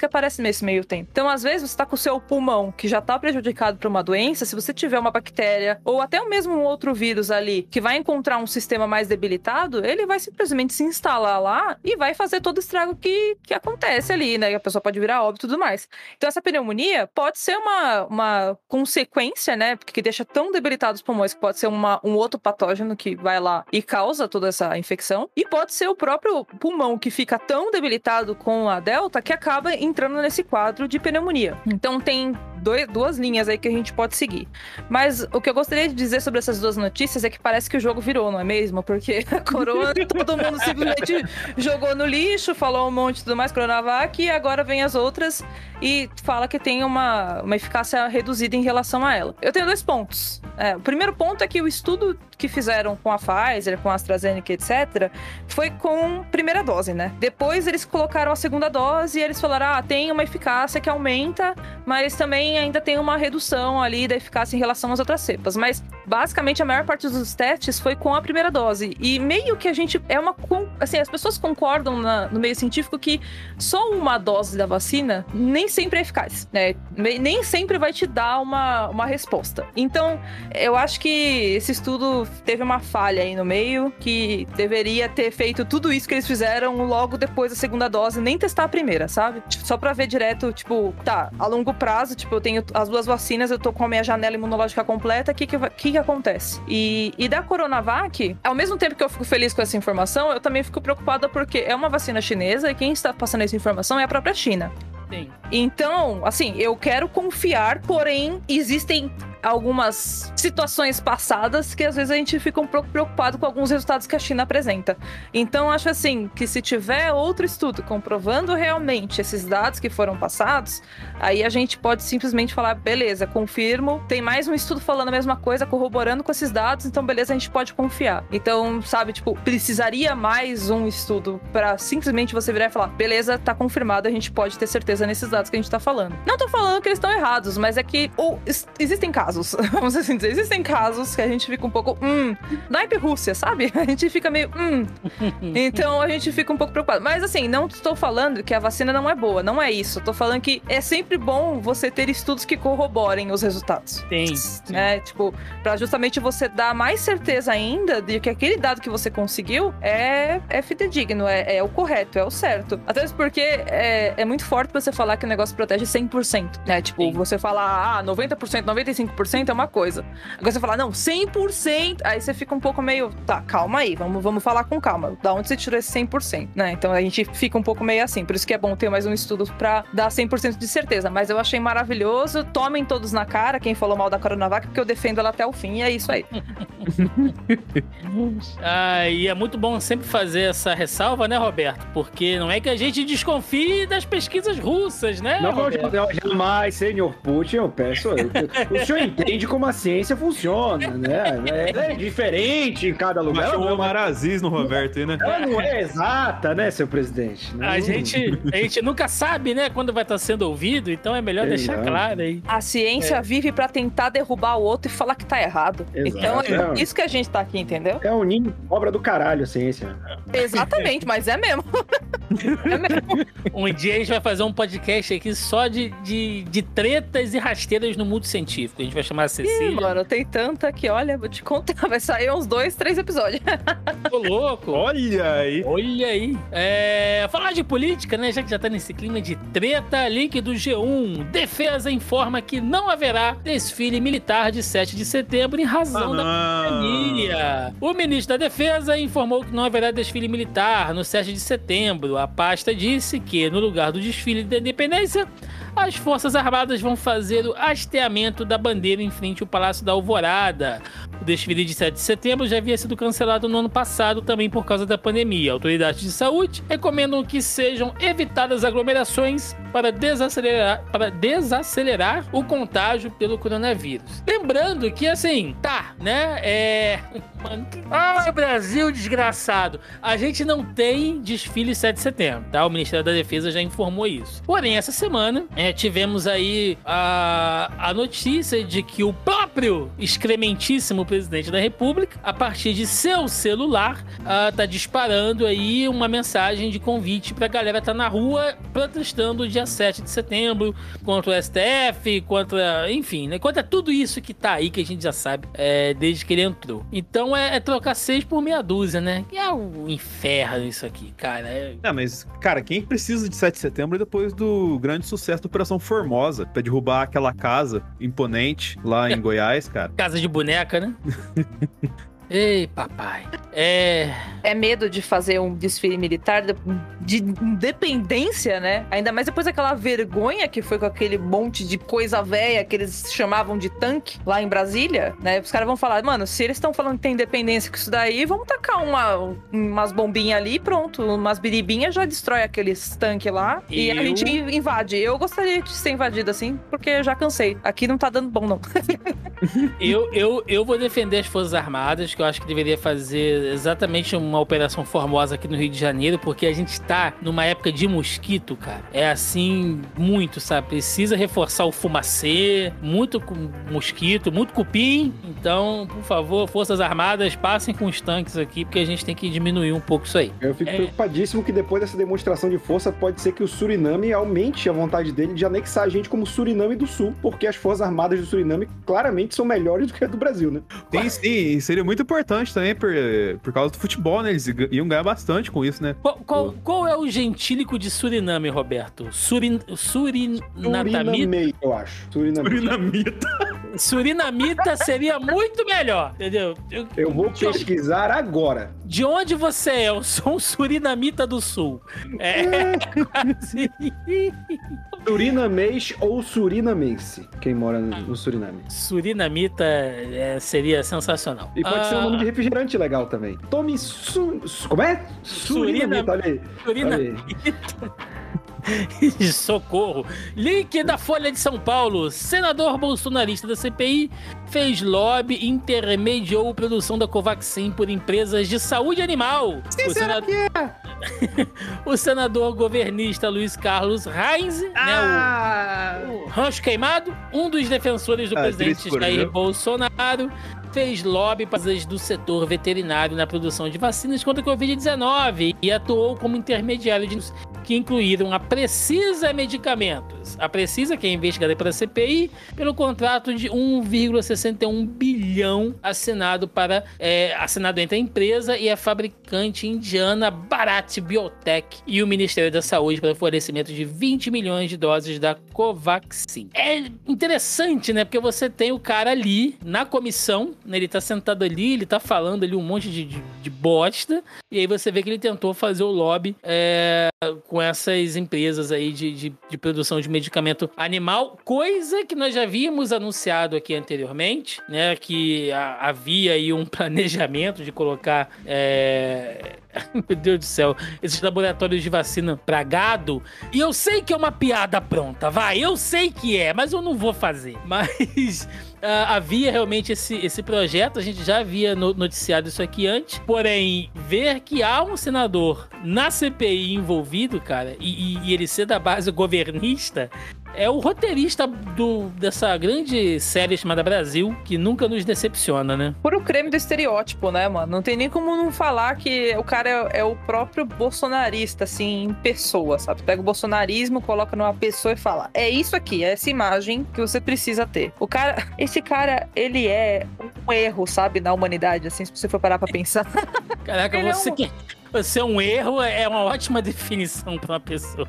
que aparecem nesse meio tempo. Então, às vezes, você tá com o seu pulmão, que já tá prejudicado por uma doença, se você tiver uma bactéria, ou até mesmo um outro vírus ali, que vai encontrar um sistema mais debilitado, ele vai simplesmente se instalar lá e vai fazer todo o estrago que, que acontece ali, né? E a pessoa pode virar óbito e tudo mais. Então, essa pneumonia pode ser uma, uma consequência, né? Porque deixa tão debilitados os pulmões que pode ser uma, um outro patógeno que vai lá e causa toda essa infecção. E pode ser o próprio pulmão que fica tão debilitado com a delta que acaba entrando nesse quadro de pneumonia. Então, tem dois, duas linhas aí que a gente pode seguir. Mas o que eu gostaria de dizer sobre essas duas notícias é que parece que o jogo virou, não é mesmo? Porque a corona, todo mundo simplesmente jogou no lixo, falou um monte de tudo mais, Coronavac, e agora vem as outras e fala que tem uma, uma eficácia reduzida em relação a ela. Eu tenho dois pontos. É, o primeiro ponto é que o estudo que fizeram com a Pfizer, com a AstraZeneca, etcétera, foi com primeira dose, né? Depois eles colocaram a segunda dose e eles falaram, ah, tem uma eficácia que aumenta, mas também ainda tem uma redução ali da eficácia em relação às outras cepas. Mas, basicamente, a maior parte dos testes foi com a primeira dose. E meio que a gente... é uma... assim, as pessoas concordam na, no meio científico que só uma dose da vacina nem sempre é eficaz, né? Nem sempre vai te dar uma, uma resposta. Então, eu acho que esse estudo teve uma falha aí no meio, que deveria ter feito tudo isso que eles fizeram logo depois da segunda dose, nem testar a primeira, sabe? Só pra ver direto, tipo, tá, a longo prazo, tipo, eu tenho as duas vacinas, eu tô com a minha janela imunológica completa, o que que, que que acontece? E, e da Coronavac, ao mesmo tempo que eu fico feliz com essa informação, eu também fico preocupada porque é uma vacina chinesa e quem está passando essa informação é a própria China. Sim. Então, assim, eu quero confiar, porém, existem algumas situações passadas que às vezes a gente fica um pouco preocupado com alguns resultados que a China apresenta. Então, acho assim, que se tiver outro estudo comprovando realmente esses dados que foram passados, aí a gente pode simplesmente falar, beleza, confirmo, tem mais um estudo falando a mesma coisa, corroborando com esses dados, então beleza, a gente pode confiar. Então, sabe, tipo, precisaria mais um estudo pra simplesmente você virar e falar, beleza, tá confirmado, a gente pode ter certeza nesses dados que a gente tá falando. Não tô falando que eles estão errados, mas é que ou, existem casos, vamos assim dizer, existem casos que a gente fica um pouco, hum, naipe Rússia, sabe? A gente fica meio, hum. Então a gente fica um pouco preocupado. Mas assim, não estou falando que a vacina não é boa, não é isso. Estou falando que é sempre bom você ter estudos que corroborem os resultados. Sim. Né? Tipo, pra justamente você dar mais certeza ainda de que aquele dado que você conseguiu é, é fidedigno, é, é o correto, é o certo. Até mesmo porque é, é muito forte você falar que o negócio protege cem por cento, né? Tipo, sim, você falar, ah, noventa por cento, noventa e cinco por cento é uma coisa. Agora você falar, não, cem por cento, aí você fica um pouco meio, tá, calma aí, vamos, vamos falar com calma. Da onde você tirou esse cem por cento, né? Então a gente fica um pouco meio assim. Por isso que é bom ter mais um estudo pra dar cem por cento de certeza. Mas eu achei maravilhoso. Tomem todos na cara quem falou mal da Coronavac, porque eu defendo ela até o fim e é isso aí. Ah, e é muito bom sempre fazer essa ressalva, né, Roberto? Porque não é que a gente desconfie das pesquisas russas, né, Não, Roberto? não, jamais, senhor Putin, eu peço... Eu, o senhor entende como a ciência funciona, né? É, é diferente em cada lugar. Mas chamou não, o Maraziz no Roberto aí, né? ela não é exata, né, seu presidente? Não, A gente, a gente nunca sabe, né, quando vai estar sendo ouvido, então é melhor Exato. deixar claro aí. A ciência é. vive pra tentar derrubar o outro e falar que tá errado. Exato. Então é isso que a gente tá aqui, entendeu? É um ninho, obra do caralho a ciência. Exatamente, mas é mesmo. É mesmo. Um dia a gente vai fazer um podcast aqui só de, de, de tretas e rasteiras no mundo científico. A gente vai chamar a Cecília. Ih, mano, tem tanta que, olha, vou te contar, vai sair uns dois, três episódios. Tô louco. Olha aí. Olha aí. É, falar de política, né? Já que já tá nesse clima de treta, link do G um. Defesa informa que não haverá desfile militar de sete de setembro em razão ah, da pandemia. O ministro da Defesa informou que não haverá desfile militar no sete de setembro. A pasta disse que, no lugar do desfile da independência, as Forças Armadas vão fazer o hasteamento da bandeira em frente ao Palácio da Alvorada. O desfile de sete de setembro já havia sido cancelado no ano passado, também por causa da pandemia. Autoridades de saúde recomendam que sejam evitadas aglomerações para desacelerar, para desacelerar o contágio pelo coronavírus. Lembrando que, assim, tá, né, é... Ai, Brasil desgraçado. A gente não tem desfile sete de setembro, tá? O Ministério da Defesa já informou isso. Porém, essa semana, é, tivemos aí a, a notícia de que o próprio excrementíssimo presidente da República, a partir de seu celular, uh, tá disparando aí uma mensagem de convite pra galera estar tá na rua protestando dia sete de setembro contra o S T F, contra, enfim, né? Contra tudo isso que tá aí, que a gente já sabe, é, desde que ele entrou. Então é, é trocar seis por meia dúzia, né? Que é o inferno isso aqui, cara. É... é, mas, cara, quem precisa de sete de setembro depois do grande sucesso da Operação Formosa, pra derrubar aquela casa imponente lá em Goiás, cara? Casa de boneca, né? Ei, papai. É... É medo de fazer um desfile militar de independência, né? Ainda mais depois daquela vergonha que foi com aquele monte de coisa velha que eles chamavam de tanque lá em Brasília, né? Os caras vão falar, mano, se eles estão falando que tem independência com isso daí, vamos tacar uma, umas bombinhas ali e pronto. Umas biribinhas já destrói aqueles tanques lá e Eu... a gente invade. Eu gostaria de ser invadido assim, porque já cansei. Aqui não tá dando bom, não. eu, eu, eu vou defender as Forças Armadas, que eu acho que deveria fazer exatamente uma Operação Formosa aqui no Rio de Janeiro, porque a gente tá numa época de mosquito, cara. É assim, muito, sabe? Precisa reforçar o fumacê, muito mosquito, muito cupim. Então, por favor, Forças Armadas, passem com os tanques aqui, porque a gente tem que diminuir um pouco isso aí. Eu fico é... preocupadíssimo que depois dessa demonstração de força pode ser que o Suriname aumente a vontade dele de anexar a gente como Suriname do Sul, porque as Forças Armadas do Suriname claramente são melhores do que a do Brasil, né? Tem sim, e seria muito importante também por, por causa do futebol, né? Eles iam ganhar bastante com isso, né? Qual, qual, qual é o gentílico de Suriname, Roberto? Surin, Surinatamita? Suriname, eu acho. Suriname. Surinamita. Surinamita seria muito melhor, entendeu? Eu, eu vou de, pesquisar agora. De onde você é? Eu sou um Surinamita do Sul. É quase... Surinamês ou surinamense, quem mora no Suriname. Surinamita é, seria sensacional. E pode ah, ser um nome de refrigerante legal também. Tome su... Como é? Surinamita, olha aí. Surinamita. Socorro. Link da Folha de São Paulo. Senador bolsonarista da C P I fez lobby e intermediou produção da Covaxin por empresas de saúde animal. Sim, o, senador... é? o senador governista Luiz Carlos Reis, ah. né, o... o rancho queimado, um dos defensores do ah, presidente Jair Bolsonaro, fez lobby para as do setor veterinário na produção de vacinas contra a covid dezenove e atuou como intermediário de que incluíram a Precisa Medicamentos. A Precisa, que é investigada pela C P I, pelo contrato de um vírgula sessenta e um bilhão assinado, para, é, assinado entre a empresa e a fabricante indiana Bharat Biotech e o Ministério da Saúde para o fornecimento de vinte milhões de doses da Covaxin. É interessante, né? Porque você tem o cara ali na comissão, né? Ele tá sentado ali, ele tá falando ali um monte de, de, de bosta, e aí você vê que ele tentou fazer o lobby é, com essas empresas aí de, de, de produção de medicamento animal, coisa que nós já havíamos anunciado aqui anteriormente, né, que a, havia aí um planejamento de colocar, é... meu Deus do céu, esses laboratórios de vacina pra gado, e eu sei que é uma piada pronta, vai, eu sei que é, mas eu não vou fazer, mas... Uh, havia realmente esse, esse projeto, a gente já havia noticiado isso aqui antes, porém, ver que há um senador na C P I envolvido, cara, e, e, e ele ser da base governista, é o roteirista do, dessa grande série chamada Brasil, que nunca nos decepciona, né? Puro creme do estereótipo, né, mano? Não tem nem como não falar que o cara é, é o próprio bolsonarista, assim, em pessoa, sabe? Pega o bolsonarismo, coloca numa pessoa e fala, é isso aqui, é essa imagem que você precisa ter. O cara, esse cara, ele é um erro, sabe, na humanidade, assim, se você for parar pra pensar. Caraca, ele você é um... que... Você é um erro, é uma ótima definição pra uma pessoa.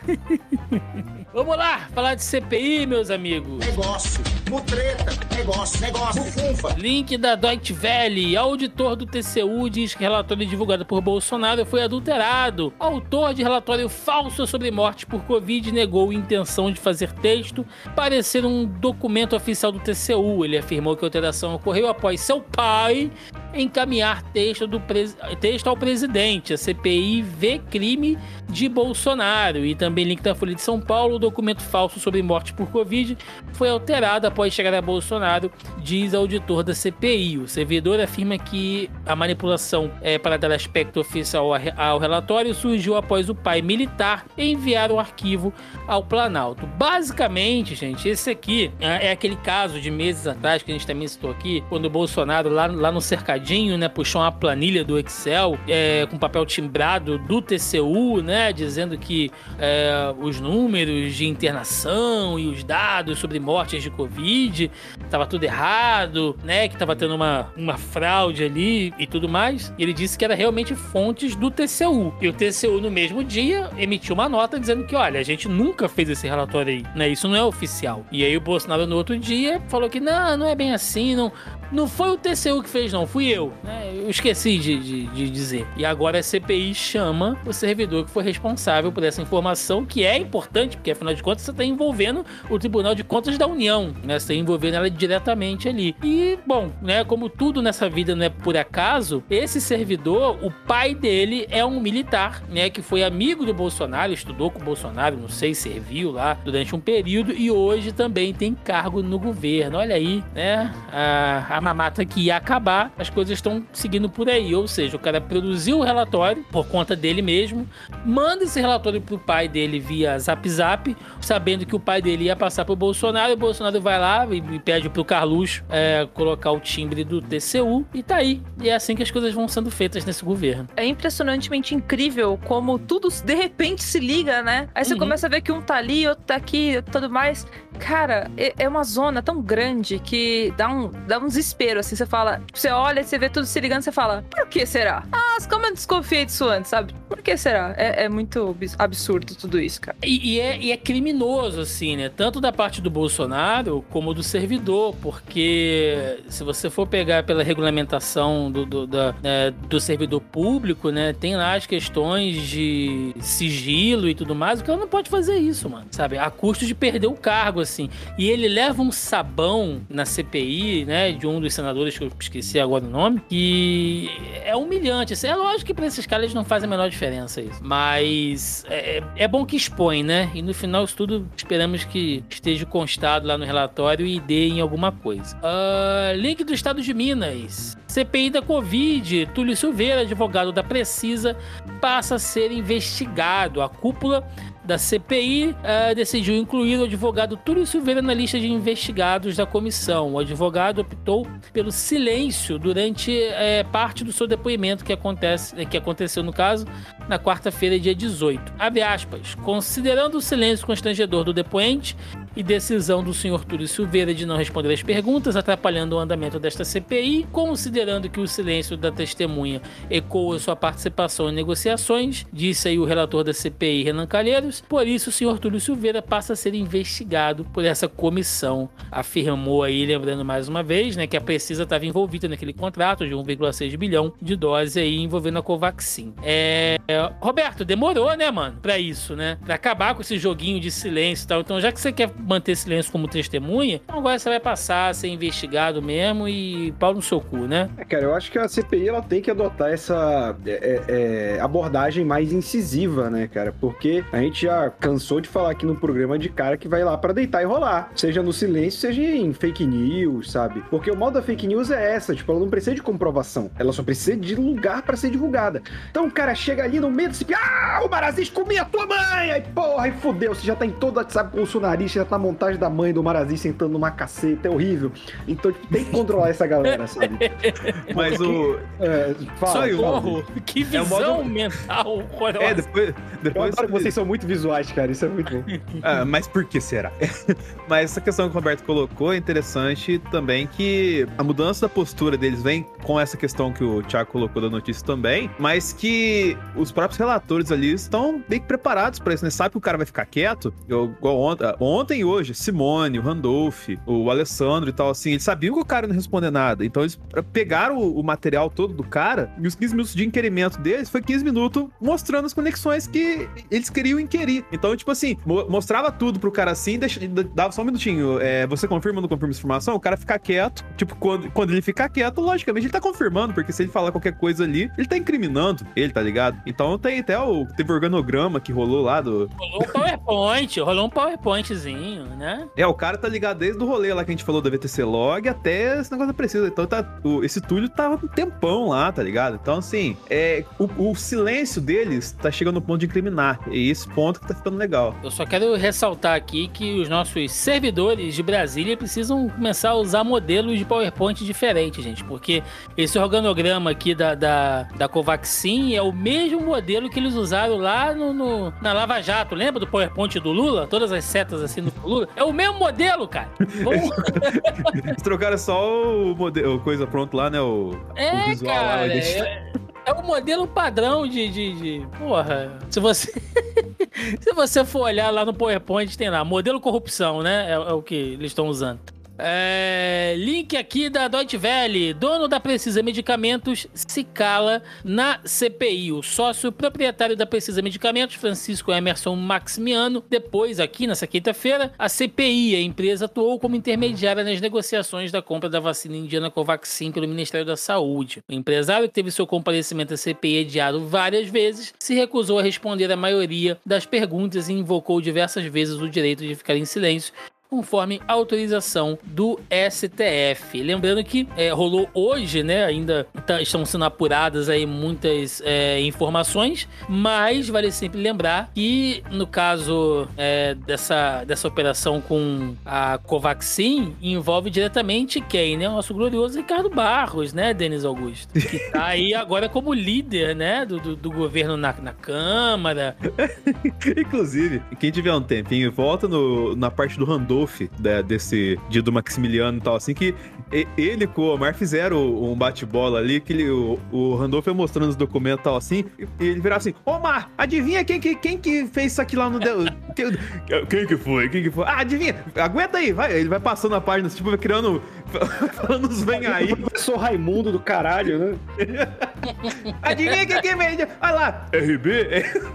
Vamos lá, falar de C P I, meus amigos. Negócio, mutreta, negócio, negócio, funfa. Link da Deutsche Welle. Auditor do T C U diz que relatório divulgado por Bolsonaro foi adulterado. Autor de relatório falso sobre morte por Covid negou intenção de fazer texto parecer um documento oficial do T C U. Ele afirmou que a alteração ocorreu após seu pai encaminhar texto, do pres... texto ao presidente. A C P I vê crime de Bolsonaro. E também link da Folha de São Paulo, o documento falso sobre morte por Covid foi alterado após após chegar a Bolsonaro, diz o auditor da C P I. O servidor afirma que a manipulação é, para dar aspecto oficial ao relatório surgiu após o pai militar enviar o arquivo ao Planalto. Basicamente, gente, esse aqui é, é aquele caso de meses atrás que a gente também citou aqui, quando o Bolsonaro lá, lá no cercadinho, né, puxou uma planilha do Excel é, com papel timbrado do T C U, né, dizendo que é, os números de internação e os dados sobre mortes de Covid estava tudo errado, né, que estava tendo uma, uma fraude ali e tudo mais. E ele disse que era realmente fontes do T C U. E o T C U, no mesmo dia, emitiu uma nota dizendo que, olha, a gente nunca fez esse relatório aí, né, isso não é oficial. E aí o Bolsonaro, no outro dia, falou que não, não é bem assim, não... Não foi o T C U que fez, não. Fui eu. Né? Eu esqueci de, de, de dizer. E agora a C P I chama o servidor que foi responsável por essa informação, que é importante, porque afinal de contas você está envolvendo o Tribunal de Contas da União, né? Você está envolvendo ela diretamente ali. E, bom, né? Como tudo nessa vida não é por acaso, esse servidor, o pai dele é um militar, né? Que foi amigo do Bolsonaro, estudou com o Bolsonaro, não sei, serviu lá durante um período e hoje também tem cargo no governo. Olha aí, né? A a mamata que ia acabar, as coisas estão seguindo por aí, ou seja, o cara produziu o relatório por conta dele mesmo, manda esse relatório pro pai dele via Zap Zap, sabendo que o pai dele ia passar pro Bolsonaro, e o Bolsonaro vai lá e, e pede pro Carluxo é, colocar o timbre do T C U, e tá aí, e é assim que as coisas vão sendo feitas nesse governo. É impressionantemente incrível como tudo de repente se liga, né? Aí você uhum. começa a ver que um tá ali, outro tá aqui, e tudo mais. Cara, é, é uma zona tão grande que dá um, dá um desespero, assim, você fala, você olha, você vê tudo se ligando, você fala, por que será? Ah, como eu desconfiei disso antes, sabe? Por que será? É, é muito absurdo tudo isso, cara. E, e, é, e é criminoso, assim, né? Tanto da parte do Bolsonaro, como do servidor, porque se você for pegar pela regulamentação do, do, da, né, do servidor público, né, tem lá as questões de sigilo e tudo mais, o cara não pode fazer isso, mano, sabe? A custo de perder o cargo, assim. E ele leva um sabão na C P I, né, de um dos senadores, que eu esqueci agora o nome, que é humilhante. Assim, é lógico que pra esses caras não faz a menor diferença isso. Mas é, é bom que expõe, né? E no final isso tudo esperamos que esteja constado lá no relatório e dê em alguma coisa. Uh, link do Estado de Minas. C P I da Covid. Túlio Silveira, advogado da Precisa, passa a ser investigado. A cúpula da C P I uh, decidiu incluir o advogado Túlio Silveira na lista de investigados da comissão. O advogado optou pelo silêncio durante uh, parte do seu depoimento que, acontece, que aconteceu, no caso, na quarta-feira, dia dezoito. Abre aspas. Considerando o silêncio constrangedor do depoente e decisão do senhor Túlio Silveira de não responder às perguntas, atrapalhando o andamento desta C P I, considerando que o silêncio da testemunha ecoa sua participação em negociações, disse aí o relator da C P I, Renan Calheiros, por isso o senhor Túlio Silveira passa a ser investigado por essa comissão. Afirmou aí, lembrando mais uma vez, né, que a Precisa estava envolvida naquele contrato de um vírgula seis bilhão de doses aí envolvendo a Covaxin. É... Roberto, demorou, né, mano, pra isso, né? Pra acabar com esse joguinho de silêncio e tal. Então, já que você quer manter silêncio como testemunha, então agora você vai passar a ser investigado mesmo e pau no seu cu, né? É, cara, eu acho que a C P I, ela tem que adotar essa é, é, abordagem mais incisiva, né, cara? Porque a gente já cansou de falar aqui no programa de cara que vai lá pra deitar e rolar. Seja no silêncio, seja em fake news, sabe? Porque o mal da fake news é essa, tipo, ela não precisa de comprovação. Ela só precisa de lugar pra ser divulgada. Então o cara chega ali no meio desse... Ah, o Marazis comia a tua mãe! Aí, porra, aí fudeu. Você já tá em todo o WhatsApp bolsonarista, já tá na montagem da mãe do Marazis sentando numa caceta. É horrível. Então, tipo, tem que controlar essa galera, sabe? Mas Porque, o... É, fala, Socorro! Que visão é modo... mental horrorosa. É, depois... depois... Eu adoro que vocês são muito visuais, cara. Isso é muito bom. Ah, mas por que será? Mas essa questão que o Roberto colocou é interessante também, que a mudança da postura deles vem com essa questão que o Thiago colocou da notícia também, mas que os próprios relatores ali estão bem preparados para isso, né? Sabe que o cara vai ficar quieto? Eu, igual ontem, ontem e hoje, Simone, o Randolph, o Alessandro e tal, assim, eles sabiam que o cara não ia responder nada. Então eles pegaram o, o material todo do cara e os quinze minutos de inquirimento deles foi quinze minutos mostrando as conexões que eles queriam inquirir conferir. Então, tipo assim, mo- mostrava tudo pro cara assim, deixa, dava só um minutinho. É, você confirma ou não confirma essa informação? O cara fica quieto. Tipo, quando, quando ele ficar quieto, logicamente ele tá confirmando, porque se ele falar qualquer coisa ali, ele tá incriminando ele, tá ligado? Então tem até o. Teve o organograma que rolou lá do. Rolou um PowerPoint, rolou um PowerPointzinho, né? É, o cara tá ligado desde o rolê lá que a gente falou da V T C Log até esse negócio da Precisa. Então tá, o, esse Túlio tava um tempão lá, tá ligado? Então, assim, é, o, o silêncio deles tá chegando no ponto de incriminar. E esse ponto que tá ficando legal. Eu só quero ressaltar aqui que os nossos servidores de Brasília precisam começar a usar modelos de PowerPoint diferentes, gente, porque esse organograma aqui da, da, da Covaxin é o mesmo modelo que eles usaram lá no, no- na Lava Jato. Lembra do PowerPoint do Lula? Todas as setas assim no Lula? É o mesmo modelo, cara. Vamos... Eles trocaram só o modelo, coisa pronto lá, né? O, o É, visual lá. o cara. identidade. É, é o modelo padrão de, de, de- Porra, se você... se você for olhar lá no PowerPoint, tem lá, modelo corrupção, né? É, é o que eles estão usando. É, link aqui da Deutsche Welle. Dono da Precisa Medicamentos se cala na C P I. O sócio proprietário da Precisa Medicamentos, Francisco Emerson Maximiano, depois, aqui nessa quinta-feira, a C P I, a empresa, atuou como intermediária nas negociações da compra da vacina indiana Covaxin pelo Ministério da Saúde. O empresário, que teve seu comparecimento à C P I adiado várias vezes, se recusou a responder a maioria das perguntas e invocou diversas vezes o direito de ficar em silêncio, conforme autorização do S T F. Lembrando que é, rolou hoje, né? Ainda tá, estão sendo apuradas aí muitas é, informações, mas vale sempre lembrar que no caso é, dessa, dessa operação com a Covaxin, envolve diretamente quem, né? O nosso glorioso Ricardo Barros, né, Denis Augusto? Que tá aí agora como líder, né? Do, do, do governo na, na Câmara. Inclusive, quem tiver um tempinho, volta no, na parte do Randolph, da- desse dia do Maximiliano e tal, assim, que e- ele com o Omar fizeram um bate-bola ali, que ele, o, o Randolph ia mostrando os documentos e tal, assim, e ele virava assim, Omar, adivinha quem que, quem que fez isso aqui lá no... de- Quem, quem que foi? Quem que foi? Ah, adivinha, aguenta aí, vai. Ele vai passando a página, tipo, vai criando... falando os vem aí. O professor Raimundo do caralho, né? Adivinha quem que vende? Olha lá, R B?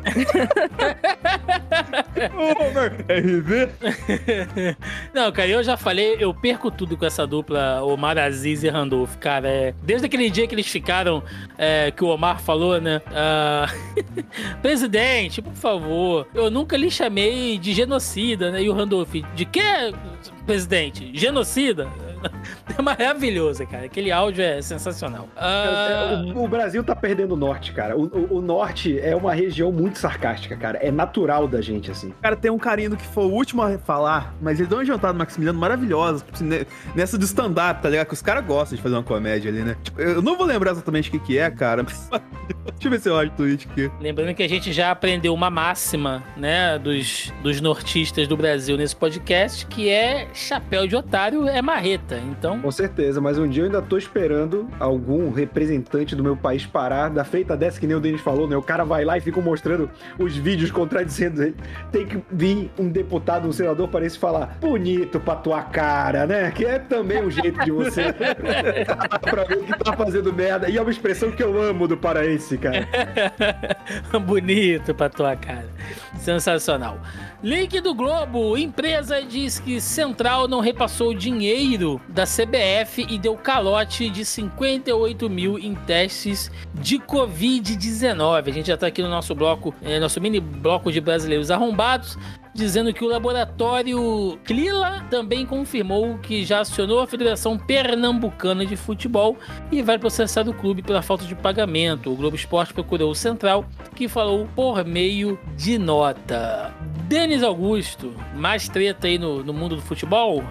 Ô, Omar, R B? Não, cara, eu já falei, eu perco tudo com essa dupla Omar Aziz e Randolph, cara. É, desde aquele dia que eles ficaram, é, que o Omar falou, né? ah, Presidente, por favor, eu nunca lhe chamei de genocida, né? E o Randolph, de quê, presidente? Genocida? É maravilhoso, cara. Aquele áudio é sensacional. Ah, O, o Brasil tá perdendo o norte, cara. O, o- o norte é uma região muito sarcástica, cara. É natural da gente, assim. Cara, tem um carinho que foi o último a falar, mas ele deu uma jantada no Maximiliano maravilhosa, tipo, assim, ne- nessa do stand-up, tá ligado? Que os caras gostam de fazer uma comédia ali, né? Tipo, eu não vou lembrar exatamente o que que é, cara, mas... Deixa eu ver se eu acho o tweet aqui. lembrando que a gente já aprendeu uma máxima, né, dos, dos nortistas do Brasil nesse podcast, que é chapéu de otário é marreta. Então, Com certeza, mas um dia eu ainda tô esperando algum representante do meu país parar da feita dessa que nem o Denis falou, né? O cara vai lá e fica mostrando os vídeos contradizendo ele. Tem que vir um deputado, um senador para isso falar bonito pra tua cara, né? Que é também um jeito de você pra ver que tá fazendo merda. E é uma expressão que eu amo do paraense, cara. bonito pra tua cara. Sensacional. Link do Globo. Empresa diz que Central não repassou dinheiro da C B F e deu calote de cinquenta e oito mil em testes de covid dezenove. A gente já tá aqui no nosso bloco, é, nosso mini bloco de brasileiros arrombados, dizendo que o laboratório Clila também confirmou que já acionou a Federação Pernambucana de Futebol e vai processar o clube pela falta de pagamento. O Globo Esporte procurou o Central, que falou por meio de nota. Denis Augusto, mais treta aí no, no mundo do futebol?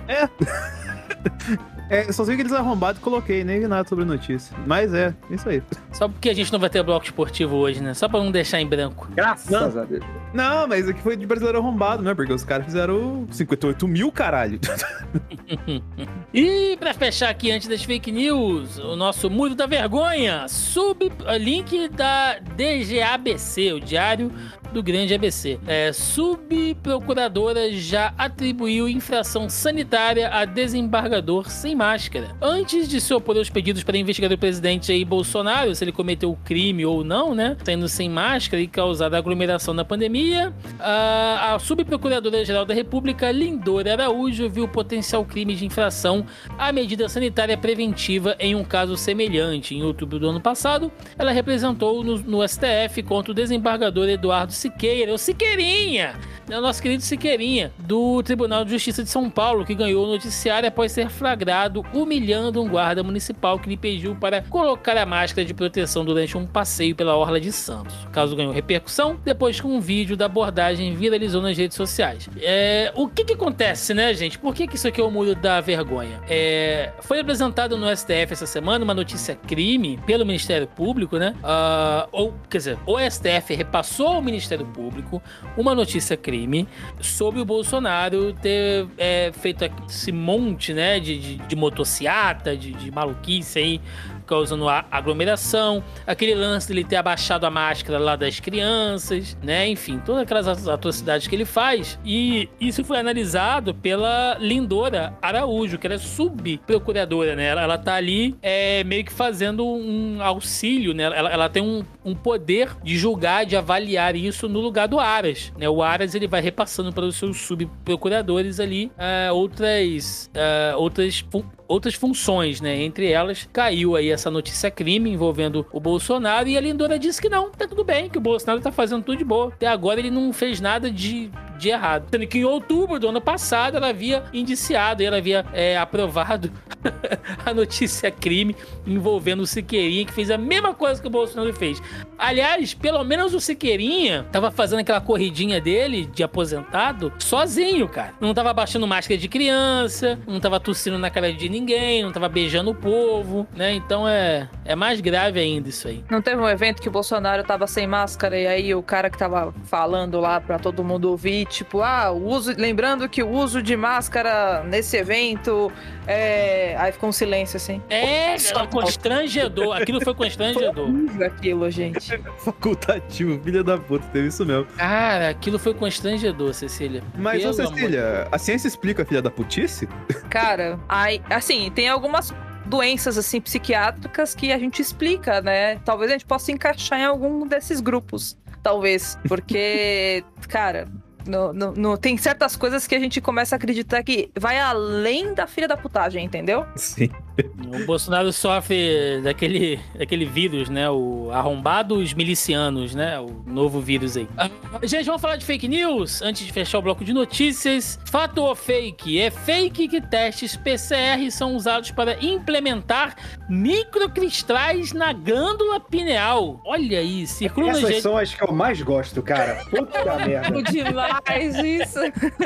É, só sei que eles arrombados coloquei, nem vi nada sobre a notícia. Mas é, isso aí. Só porque a gente não vai ter bloco esportivo hoje, né? Só pra não deixar em branco. Graças Não. a Deus. Não, mas aqui foi de brasileiro arrombado, né? Porque os caras fizeram cinquenta e oito mil, caralho. E pra fechar aqui antes das fake news, o nosso Muro da Vergonha, sub link da D G A B C, o Diário do Grande A B C. É, subprocuradora já atribuiu infração sanitária a desembargador sem máscara. Antes de se opor aos pedidos para investigar o presidente Jair Bolsonaro, se ele cometeu crime ou não, né? Saindo sem máscara e causar aglomeração na pandemia, pandemia, a, a subprocuradora-geral da República, Lindora Araújo, viu potencial crime de infração à medida sanitária preventiva em um caso semelhante. Em outubro do ano passado, ela representou no, no S T F contra o desembargador Eduardo Siqueira, o Siqueirinha, né, o nosso querido Siqueirinha, do Tribunal de Justiça de São Paulo, que ganhou o noticiário após ser flagrado humilhando um guarda municipal que lhe pediu para colocar a máscara de proteção durante um passeio pela Orla de Santos. O caso ganhou repercussão depois que um vídeo da abordagem viralizou nas redes sociais. É, o que que acontece, né, gente? Por que que isso aqui é o muro da vergonha? É, foi apresentado no S T F essa semana uma notícia crime pelo Ministério Público, né? Uh, ou, quer dizer, o S T F repassou ao Ministério Público uma notícia crime sobre o Bolsonaro ter é, feito esse monte, né, de, de, de motociata, de, de maluquice aí, causando aglomeração, aquele lance dele ter abaixado a máscara lá das crianças, né? Enfim, todas aquelas atrocidades que ele faz. E isso foi analisado pela Lindora Araújo, que ela é subprocuradora, né? Ela, ela tá ali é, meio que fazendo um auxílio, né? Ela, ela tem um, um poder de julgar, de avaliar isso no lugar do Aras, né? O Aras, ele vai repassando para os seus subprocuradores ali uh, outras, uh, outras outras funções, né? Entre elas, caiu aí essa notícia crime envolvendo o Bolsonaro, e a Lindora disse que não, tá tudo bem, que o Bolsonaro tá fazendo tudo de boa. Até agora ele não fez nada de, de errado. Sendo que em outubro do ano passado ela havia indiciado, ela havia é, aprovado a notícia crime envolvendo o Siqueirinha, que fez a mesma coisa que o Bolsonaro fez. Aliás, pelo menos o Siqueirinha tava fazendo aquela corridinha dele de aposentado sozinho, cara. Não tava baixando máscara de criança, não tava tossindo na cara de ninguém, não tava beijando o povo, né? Então é, é mais grave ainda isso aí. Não teve um evento que o Bolsonaro tava sem máscara e aí o cara que tava falando lá pra todo mundo ouvir, tipo, ah, o uso, lembrando que o uso de máscara nesse evento é... Aí ficou um silêncio assim. É, constrangedor. Aquilo foi constrangedor. Foi aquilo, gente. Facultativo, filha da puta, teve isso mesmo. Cara, aquilo foi constrangedor, Cecília. Mas, ô Cecília, a ciência explica a filha da putice? Cara, aí, assim, tem algumas doenças, assim, psiquiátricas que a gente explica, né? Talvez a gente possa encaixar em algum desses grupos. Talvez. Porque, cara... No, no, no, tem certas coisas que a gente começa a acreditar que vai além da filha da putagem, entendeu? Sim. O Bolsonaro sofre daquele, daquele vírus, né? O arrombados milicianos, né? O novo vírus aí. Ah, gente, vamos falar de fake news antes de fechar o bloco de notícias. Fato ou fake? É fake que testes P C R são usados para implementar microcristais na glândula pineal. Olha aí, circula Essas gente... são as que eu mais gosto, cara. Puta merda. Demais isso.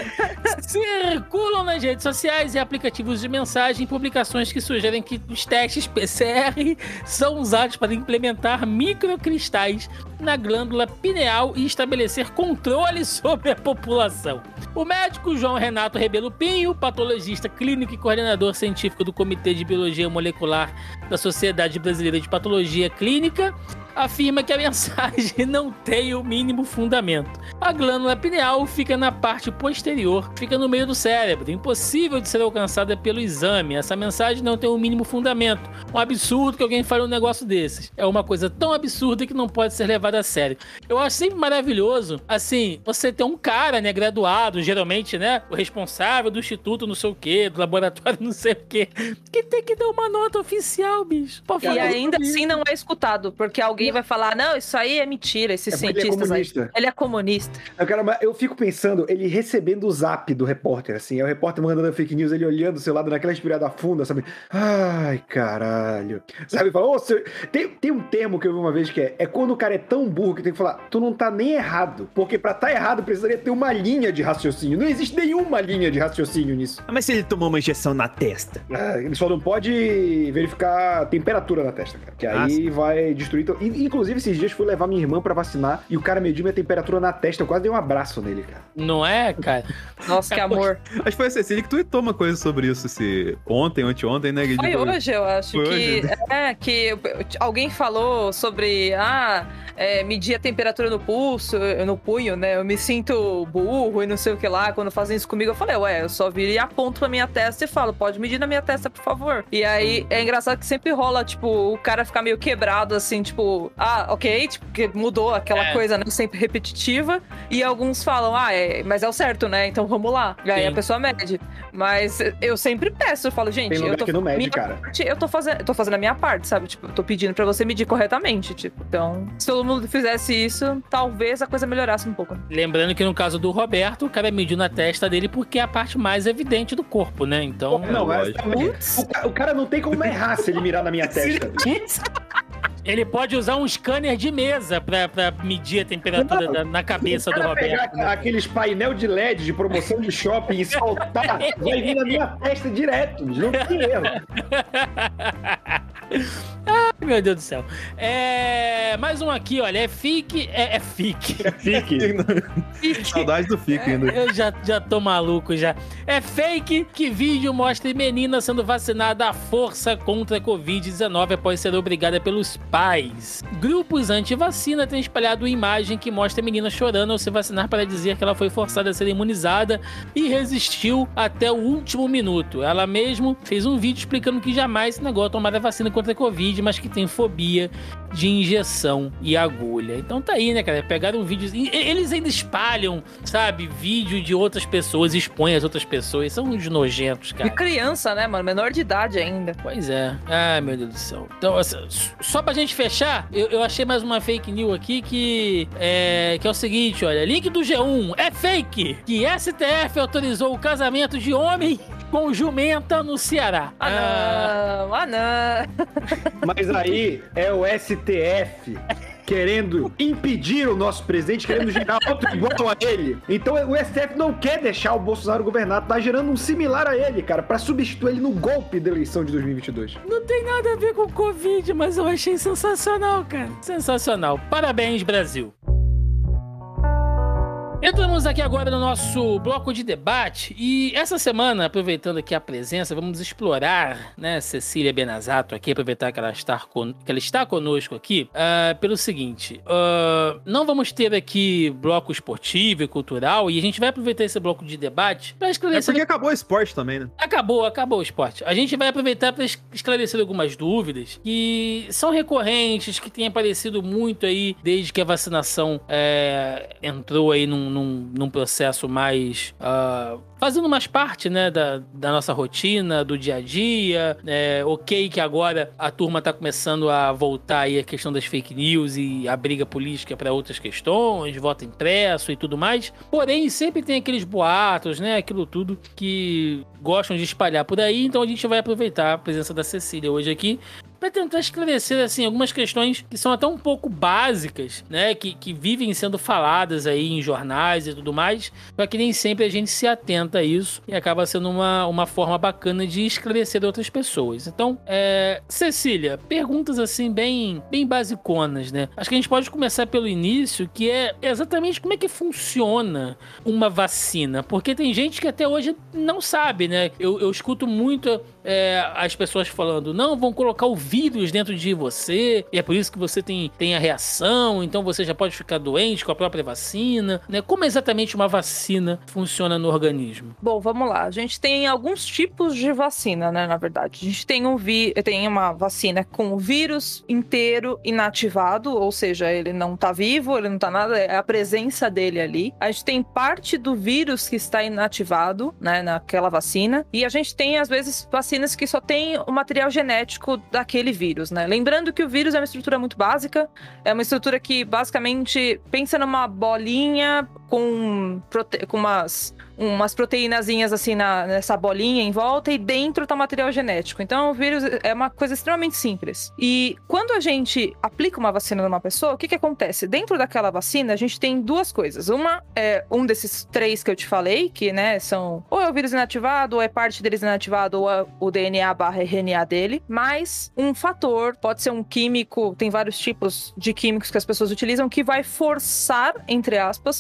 Circulam nas redes sociais e aplicativos de mensagem publicações que sugerem que os testes P C R são usados para implementar microcristais na glândula pineal e estabelecer controle sobre a população. O médico João Renato Rebelo Pinho, patologista clínico e coordenador científico do Comitê de Biologia Molecular da Sociedade Brasileira de Patologia Clínica, afirma que a mensagem não tem o mínimo fundamento. A glândula pineal fica na parte posterior, fica no meio do cérebro, impossível de ser alcançada pelo exame. Essa mensagem não tem o mínimo fundamento. Um absurdo que alguém fale um negócio desses. É uma coisa tão absurda que não pode ser levada a sério. Eu acho sempre maravilhoso, assim, você ter um cara, né, graduado, geralmente, né, o responsável do instituto não sei o quê, do laboratório não sei o quê, que tem que dar uma nota oficial, bicho. E ainda assim não é escutado, porque alguém vai falar, não, isso aí é mentira, esses é cientistas ele é aí. Ele é comunista. Eu, cara, eu fico pensando, ele recebendo o zap do repórter, assim, é o repórter mandando a fake news, ele olhando o seu lado naquela inspirada funda, sabe? Ai, caralho. Sabe, fala, oh, seu... tem, tem um termo que eu vi uma vez que é, é quando o cara é tão burro que tem que falar, tu não tá nem errado, porque pra tá errado precisaria ter uma linha de raciocínio. Não existe nenhuma linha de raciocínio nisso. Ah, mas se ele tomou uma injeção na testa? Ah, ele só não pode verificar a temperatura na testa, cara, que aí ah, vai destruir... Então... Inclusive, esses dias fui levar minha irmã pra vacinar e o cara mediu minha temperatura na testa. Eu quase dei um abraço nele, cara. Não é, cara? Nossa, que amor. Acho que foi a Cecília que tweetou uma coisa sobre isso esse... ontem, anteontem, né? Foi hoje, eu acho. Foi que hoje. É, que alguém falou sobre... Ah, é, medir a temperatura no pulso, no punho, né? Eu me sinto burro e não sei o que lá. Quando fazem isso comigo, eu falei, ué, eu só viro e aponto pra minha testa e falo, pode medir na minha testa, por favor. E aí, é engraçado que sempre rola, tipo, o cara ficar meio quebrado, assim, tipo, ah, ok, tipo, que mudou aquela É. coisa, né, sempre repetitiva. E alguns falam, ah, é, mas é o certo, né? Então vamos lá. E aí Sim. a pessoa mede. Mas eu sempre peço, eu falo, gente, Tem lugar eu tô que não mede, minha cara. parte, eu tô fazendo, eu tô fazendo a minha parte, sabe? Tipo, eu tô pedindo pra você medir corretamente, tipo. Então, se todo mundo fizesse isso, talvez a coisa melhorasse um pouco. Lembrando que no caso do Roberto, o cara mediu na testa dele porque é a parte mais evidente do corpo, né? Então. Não, mas lógico. o, ca- o cara não tem como errar se ele mirar na minha testa. Ele pode usar um scanner de mesa pra, pra medir a temperatura Não, da- na cabeça Se o do cara pegar Roberto. né? aqueles painel de L E D de promoção de shopping e soltar, vai vir na minha testa direto. Não tem erro. Ai, meu Deus do céu. É... Mais um aqui, olha. É fique. É, é fique. Fique. Fique. Saudade do Fico ainda. Eu já, já tô maluco já. É fake que vídeo mostra menina sendo vacinada à força contra a covid dezenove após ser obrigada pelos pais. Grupos anti-vacina têm espalhado imagem que mostra a menina chorando ao se vacinar para dizer que ela foi forçada a ser imunizada e resistiu até o último minuto. Ela mesmo fez um vídeo explicando que jamais se negou a tomar a vacina contra a Covid, mas que tem fobia de injeção e agulha. Então tá aí, né, cara? Pegaram um vídeo... e eles ainda espalham, sabe? Vídeo de outras pessoas, expõem as outras pessoas. São uns nojentos, E cara. criança, né, mano? Menor de idade ainda. Pois é. Ai, meu Deus do céu. Então, assim, só pra gente fechar, eu, eu achei mais uma fake news aqui que é, que é o seguinte, olha. Link do G um. É fake que S T F autorizou o casamento de homem com jumenta no Ceará. Ah, não. Ah, não. Mas aí é o S T F querendo impedir o nosso presidente, querendo gerar outro igual a ele. Então o S T F não quer deixar o Bolsonaro governar, tá gerando um similar a ele, cara, pra substituir ele no golpe da eleição de dois mil e vinte e dois. Não tem nada a ver com Covid, mas eu achei sensacional, cara. Sensacional. Parabéns, Brasil. Entramos aqui agora no nosso bloco de debate e essa semana, aproveitando aqui a presença, vamos explorar, né, Cecília Benazato aqui, aproveitar que ela está, con- que ela está conosco aqui, uh, pelo seguinte, uh, não vamos ter aqui bloco esportivo e cultural e a gente vai aproveitar esse bloco de debate para É esclarecer... porque acabou o esporte também, né? Acabou, acabou o esporte. A gente vai aproveitar para esclarecer algumas dúvidas que são recorrentes, que têm aparecido muito aí desde que a vacinação é, entrou aí num, num, num processo mais... Uh, fazendo mais parte, né, da, da nossa rotina, do dia a dia. É, ok que agora a turma tá começando a voltar aí a questão das fake news e a briga política para outras questões, voto impresso e tudo mais. Porém, sempre tem aqueles boatos, né, aquilo tudo que gostam de espalhar por aí. Então a gente vai aproveitar a presença da Cecília hoje aqui para tentar esclarecer, assim, algumas questões que são até um pouco básicas, né, que, que vivem sendo faladas aí em jornais e tudo mais, para que nem sempre a gente se atenta a isso e acaba sendo uma, uma forma bacana de esclarecer outras pessoas. Então, é, Cecília, perguntas assim bem, bem basiconas, né? Acho que a gente pode começar pelo início, que é exatamente como é que funciona uma vacina, porque tem gente que até hoje não sabe, né? Eu, eu escuto muito é, as pessoas falando, não, vão colocar o vírus dentro de você, e é por isso que você tem, tem a reação, então você já pode ficar doente com a própria vacina, né? Como exatamente uma vacina funciona no organismo? Bom, vamos lá. A gente tem alguns tipos de vacina, né, na verdade. A gente tem, um vi... tem uma vacina com o vírus inteiro inativado, ou seja, ele não tá vivo, ele não tá nada, é a presença dele ali. A gente tem parte do vírus que está inativado, né, naquela vacina, e a gente tem, às vezes, vacinas que só tem o material genético daquele vírus, né? Lembrando que o vírus é uma estrutura muito básica, é uma estrutura que, basicamente, pensa numa bolinha com, prote... com umas... umas proteínazinhas assim na, nessa bolinha em volta e dentro tá material genético. Então o vírus é uma coisa extremamente simples. E quando a gente aplica uma vacina numa pessoa, o que que acontece? Dentro daquela vacina a gente tem duas coisas. Uma é um desses três que eu te falei, que né, são ou é o vírus inativado, ou é parte deles inativado, ou é o D N A barra R N A dele, mais um fator, pode ser um químico, tem vários tipos de químicos que as pessoas utilizam, que vai forçar, entre aspas,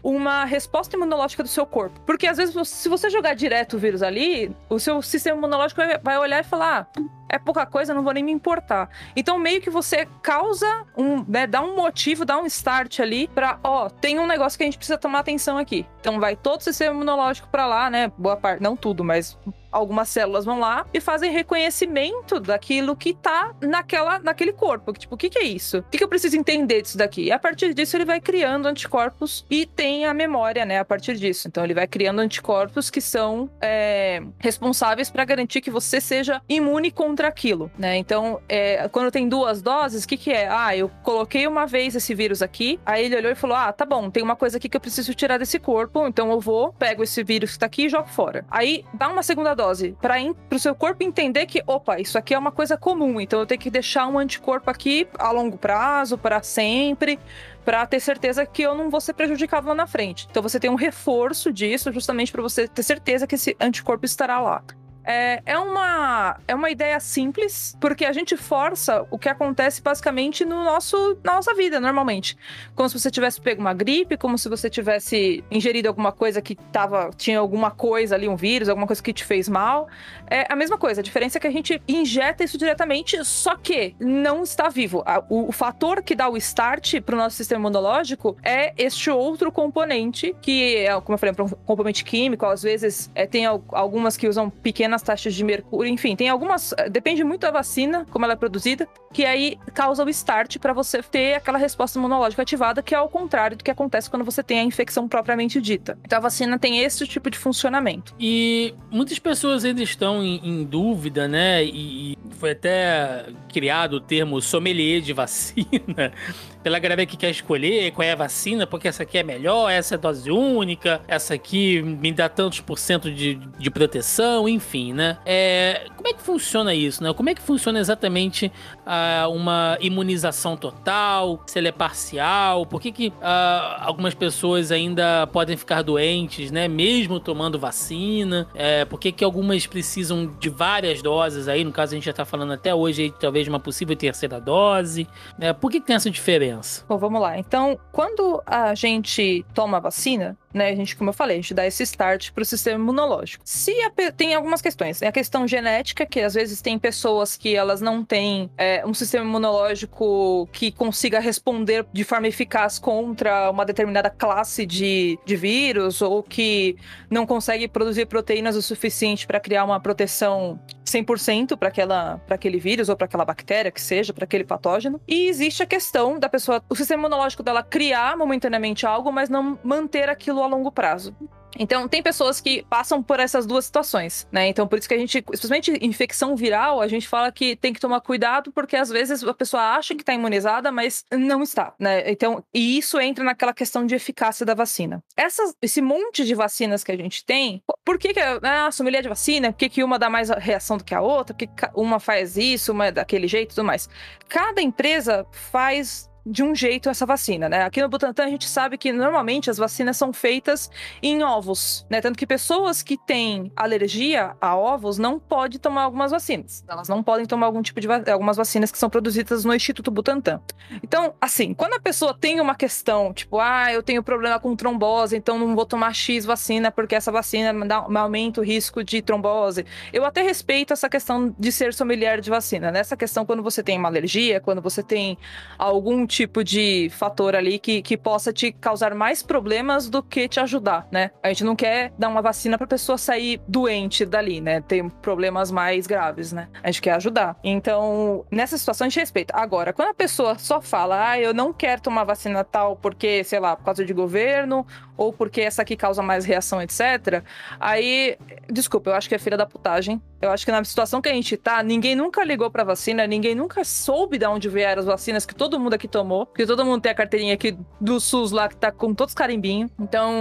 uma resposta imunológica do seu corpo. Porque às vezes, se você jogar direto o vírus ali, o seu sistema imunológico vai olhar e falar, ah, é pouca coisa, não vou nem me importar. Então, meio que você causa um, né, dá um motivo, dá um start ali pra, ó, tem um negócio que a gente precisa tomar atenção aqui. Então, vai todo o sistema imunológico pra lá, né, boa parte, não tudo, mas algumas células vão lá e fazem reconhecimento daquilo que tá naquela, naquele corpo. Tipo, o que que é isso? O que que eu preciso entender disso daqui? E a partir disso, ele vai criando anticorpos e tem a memória, né, a partir disso. Então, ele vai criando anticorpos que são é, responsáveis pra garantir que você seja imune contra aquilo, né? Então, é, quando tem duas doses, o que que é? Ah, eu coloquei uma vez esse vírus aqui, aí ele olhou e falou, ah, tá bom, tem uma coisa aqui que eu preciso tirar desse corpo, então eu vou, pego esse vírus que tá aqui e jogo fora. Aí, dá uma segunda dose para o seu corpo entender que, opa, isso aqui é uma coisa comum, então eu tenho que deixar um anticorpo aqui a longo prazo, para sempre, para ter certeza que eu não vou ser prejudicado lá na frente. Então você tem um reforço disso, justamente para você ter certeza que esse anticorpo estará lá. É, é, uma, é uma ideia simples, porque a gente força o que acontece basicamente no nosso, na nossa vida, normalmente. Como se você tivesse pego uma gripe, como se você tivesse ingerido alguma coisa que tava, tinha alguma coisa ali, um vírus, alguma coisa que te fez mal. É a mesma coisa, a diferença é que a gente injeta isso diretamente, só que não está vivo. O, o fator que dá o start para o nosso sistema imunológico é este outro componente, que é, como eu falei, um componente químico, às vezes é, tem algumas que usam pequenas nas taxas de mercúrio, enfim, tem algumas, depende muito da vacina, como ela é produzida, que aí causa o start para você ter aquela resposta imunológica ativada, que é ao contrário do que acontece quando você tem a infecção propriamente dita. Então a vacina tem esse tipo de funcionamento. E muitas pessoas ainda estão em, em dúvida, né, e, e foi até criado o termo sommelier de vacina, pela galera que quer escolher qual é a vacina, porque essa aqui é melhor, essa é dose única, essa aqui me dá tantos por cento de, de proteção, enfim, né? É, como é que funciona isso, né? Como é que funciona exatamente uh, uma imunização total, se ela é parcial, por que que uh, algumas pessoas ainda podem ficar doentes, né? Mesmo tomando vacina, é, por que que algumas precisam de várias doses aí, no caso a gente já tá falando até hoje aí, talvez de uma possível terceira dose, né? Por que que tem essa diferença? Bom, vamos lá. Então, quando a gente toma a vacina, né, a gente, como eu falei, a gente dá esse start para o sistema imunológico. Se a, tem algumas questões, tem a questão genética, que às vezes tem pessoas que elas não têm é, um sistema imunológico que consiga responder de forma eficaz contra uma determinada classe de, de vírus, ou que não consegue produzir proteínas o suficiente para criar uma proteção cem por cento para aquele vírus ou para aquela bactéria, que seja, para aquele patógeno. E existe a questão da pessoa, o sistema imunológico dela criar momentaneamente algo, mas não manter aquilo a longo prazo. Então, tem pessoas que passam por essas duas situações, né? Então, por isso que a gente, especialmente infecção viral, a gente fala que tem que tomar cuidado, porque às vezes a pessoa acha que está imunizada, mas não está, né? Então, e isso entra naquela questão de eficácia da vacina. Essas, esse monte de vacinas que a gente tem, por que que, ah, sommelier de vacina, por que que uma dá mais reação do que a outra, por que uma faz isso, uma é daquele jeito e tudo mais? Cada empresa faz de um jeito essa vacina, né? Aqui no Butantan a gente sabe que normalmente as vacinas são feitas em ovos, né? Tanto que pessoas que têm alergia a ovos não podem tomar algumas vacinas. Elas não podem tomar algum tipo de va- algumas vacinas que são produzidas no Instituto Butantan. Então, assim, quando a pessoa tem uma questão, tipo, ah, eu tenho problema com trombose, então não vou tomar X vacina porque essa vacina me, dá, me aumenta o risco de trombose. Eu até respeito essa questão de ser sommelier de vacina, né? Essa questão quando você tem uma alergia, quando você tem algum tipo de fator ali que, que possa te causar mais problemas do que te ajudar, né? A gente não quer dar uma vacina pra pessoa sair doente dali, né? Ter problemas mais graves, né? A gente quer ajudar. Então, nessa situação a gente respeita. Agora, quando a pessoa só fala, ah, eu não quero tomar vacina tal porque, sei lá, por causa de governo, ou porque essa aqui causa mais reação, etcétera. Aí, desculpa, eu acho que é filha da putagem. Eu acho que na situação que a gente tá, ninguém nunca ligou pra vacina, ninguém nunca soube de onde vieram as vacinas que todo mundo aqui tomou, porque todo mundo tem a carteirinha aqui do SUS lá que tá com todos os carimbinhos. Então, é,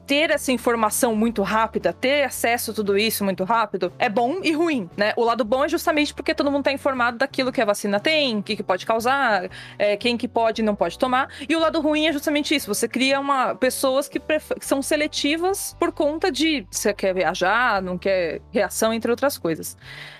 ter essa informação muito rápida, ter acesso a tudo isso muito rápido, é bom e ruim, né? O lado bom é justamente porque todo mundo tá informado daquilo que a vacina tem, o que, que pode causar, é, quem que pode e não pode tomar. E o lado ruim é justamente isso. Você cria uma, pessoas que, pref... que são seletivas por conta de você quer viajar, não quer reação, entre outras coisas.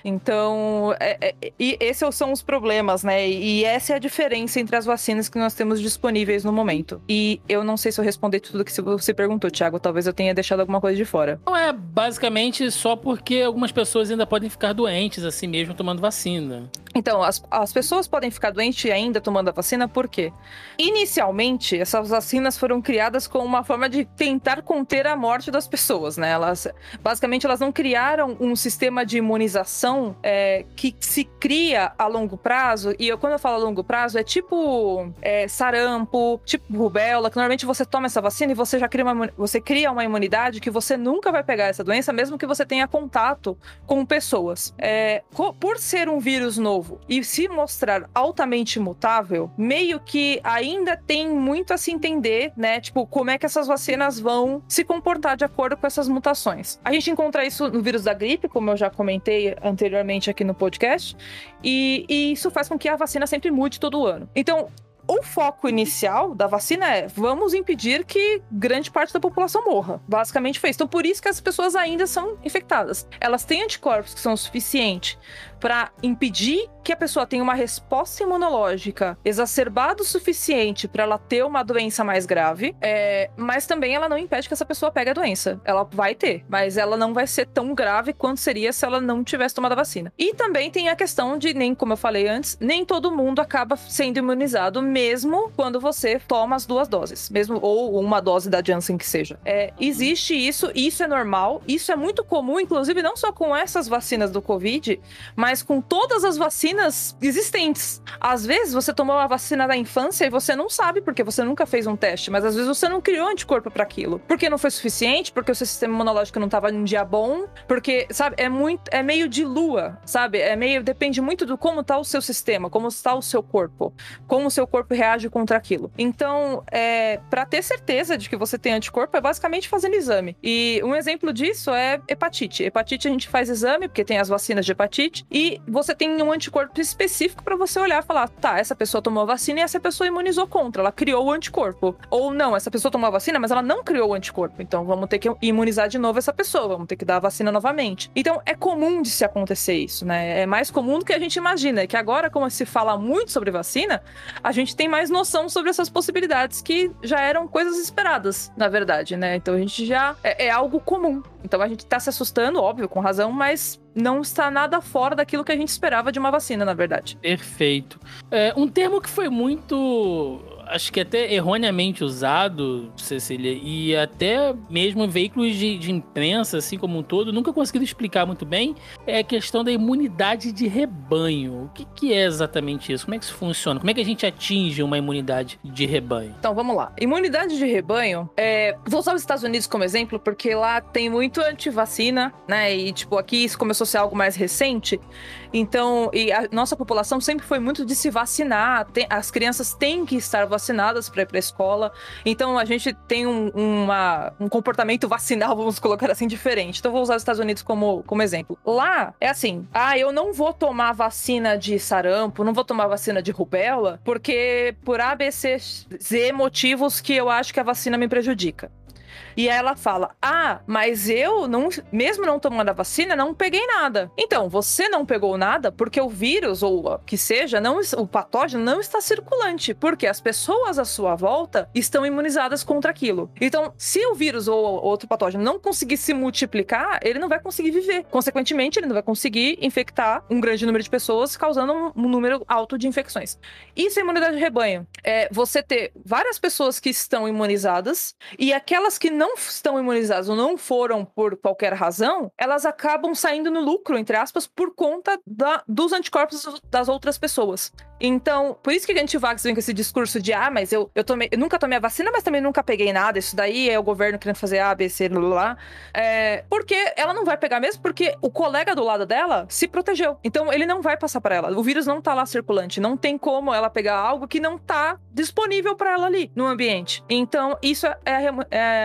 Então, é, é, e esses são os problemas, né? E essa é a diferença entre as vacinas que nós temos disponíveis no momento. E eu não sei se eu respondi tudo que você perguntou, Thiago. Talvez eu tenha deixado alguma coisa de fora. Não, é basicamente só porque algumas pessoas ainda podem ficar doentes assim mesmo tomando vacina. Então, as, as pessoas podem ficar doentes ainda tomando a vacina, por quê? Inicialmente, essas vacinas foram criadas como uma forma de tentar conter a morte das pessoas, né? Elas, basicamente, elas não criaram um sistema de imunização é, que se cria a longo prazo, e eu, quando eu falo a longo prazo, é tipo é, sarampo, tipo rubéola, que normalmente você toma essa vacina e você já cria uma, você cria uma imunidade que você nunca vai pegar essa doença, mesmo que você tenha contato com pessoas. É, por ser um vírus novo, e se mostrar altamente mutável, meio que ainda tem muito a se entender, né? Tipo, como é que essas vacinas vão se comportar de acordo com essas mutações. A gente encontra isso no vírus da gripe, como eu já comentei anteriormente aqui no podcast, e, e isso faz com que a vacina sempre mude todo ano. Então, o foco inicial da vacina é vamos impedir que grande parte da população morra. Basicamente foi isso. Então, por isso que as pessoas ainda são infectadas. Elas têm anticorpos que são suficientes para impedir que a pessoa tenha uma resposta imunológica exacerbada o suficiente para ela ter uma doença mais grave, é, mas também ela não impede que essa pessoa pegue a doença. Ela vai ter, mas ela não vai ser tão grave quanto seria se ela não tivesse tomado a vacina. E também tem a questão de, nem como eu falei antes, nem todo mundo acaba sendo imunizado mesmo quando você toma as duas doses, mesmo ou uma dose da Janssen que seja. É, existe isso, isso é normal, isso é muito comum, inclusive não só com essas vacinas do Covid, mas com todas as vacinas existentes. Às vezes você tomou a vacina da infância e você não sabe porque você nunca fez um teste, mas às vezes você não criou anticorpo para aquilo, porque não foi suficiente, porque o seu sistema imunológico não estava em um dia bom, porque, sabe, é muito, é meio de lua, sabe, é meio, depende muito do como tá o seu sistema, como está o seu corpo, como o seu corpo reage contra aquilo. Então, é, para ter certeza de que você tem anticorpo, é basicamente fazendo exame. E um exemplo disso é hepatite. Hepatite a gente faz exame, porque tem as vacinas de hepatite, e você tem um anticorpo específico para você olhar e falar, tá, essa pessoa tomou a vacina e essa pessoa imunizou contra, ela criou o anticorpo. Ou não, essa pessoa tomou a vacina, mas ela não criou o anticorpo, então vamos ter que imunizar de novo essa pessoa, vamos ter que dar a vacina novamente. Então, é comum de se acontecer isso, né? É mais comum do que a gente imagina, que agora, como se fala muito sobre vacina, a gente tem mais noção sobre essas possibilidades que já eram coisas esperadas, na verdade, né? Então, a gente já... É, é algo comum. Então, a gente tá se assustando, óbvio, com razão, mas não está nada fora daquilo que a gente esperava de uma vacina, na verdade. Perfeito. É, um termo que foi muito... acho que até erroneamente usado, Cecília, e até mesmo veículos de, de imprensa, assim como um todo, nunca conseguiram explicar muito bem, é a questão da imunidade de rebanho. O que, que é exatamente isso? Como é que isso funciona? Como é que a gente atinge uma imunidade de rebanho? Então, vamos lá. Imunidade de rebanho, é... vou usar os Estados Unidos como exemplo, porque lá tem muito antivacina, né, e tipo, aqui isso começou a ser algo mais recente, então, e a nossa população sempre foi muito de se vacinar, tem... as crianças têm que estar vacinadas para ir para a escola, então a gente tem um, uma, um comportamento vacinal, vamos colocar assim, diferente. Então vou usar os Estados Unidos como, como exemplo. Lá é assim, ah, eu não vou tomar vacina de sarampo, não vou tomar vacina de rubéola, porque por A, B, C, Z motivos que eu acho que a vacina me prejudica. E aí ela fala, ah, mas eu, não, mesmo não tomando a vacina, não peguei nada. Então, você não pegou nada porque o vírus, ou o que seja, não, o patógeno não está circulante, porque as pessoas à sua volta estão imunizadas contra aquilo. Então, se o vírus ou outro patógeno não conseguir se multiplicar, ele não vai conseguir viver. Consequentemente, ele não vai conseguir infectar um grande número de pessoas, causando um, um número alto de infecções. Isso é imunidade de rebanho. É você ter várias pessoas que estão imunizadas e aquelas que não não estão imunizadas ou não foram por qualquer razão, elas acabam saindo no lucro, entre aspas, por conta da, dos anticorpos das outras pessoas. Então, por isso que a antivax vem com esse discurso de, ah, mas eu, eu, tomei, eu nunca tomei a vacina, mas também nunca peguei nada, isso daí é o governo querendo fazer A, B, C, lá. É, porque ela não vai pegar mesmo, porque o colega do lado dela se protegeu. Então, ele não vai passar para ela. O vírus não tá lá circulante, não tem como ela pegar algo que não tá disponível para ela ali, no ambiente. Então, isso é a, é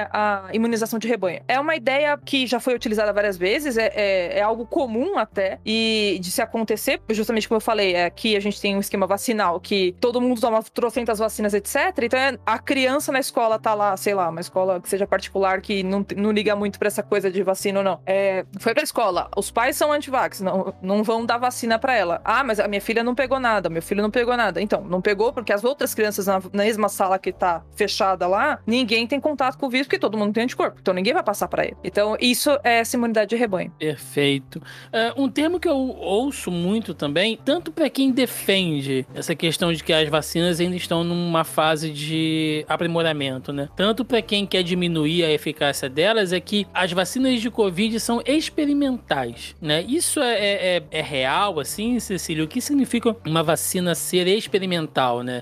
a imunização de rebanho. É uma ideia que já foi utilizada várias vezes, é, é, é algo comum até, e de se acontecer, justamente como eu falei, é que a gente tem um esquema vacinal, que todo mundo toma trocentas vacinas, etcétera. Então a criança na escola tá lá, sei lá, uma escola que seja particular, que não, não liga muito pra essa coisa de vacina ou não. É, foi pra escola, os pais são anti-vax, não, não vão dar vacina pra ela. Ah, mas a minha filha não pegou nada, meu filho não pegou nada. Então, não pegou porque as outras crianças na, na mesma sala que tá fechada lá, ninguém tem contato com o vírus, porque todo mundo tem anticorpo. Então ninguém vai passar pra ele. Então isso é essa imunidade de rebanho. Perfeito. Uh, um termo que eu ouço muito também, tanto pra quem defende essa questão de que as vacinas ainda estão numa fase de aprimoramento, né? Tanto pra quem quer diminuir a eficácia delas, é que as vacinas de Covid são experimentais, né? Isso é, é, é real, assim, Cecília? O que significa uma vacina ser experimental, né?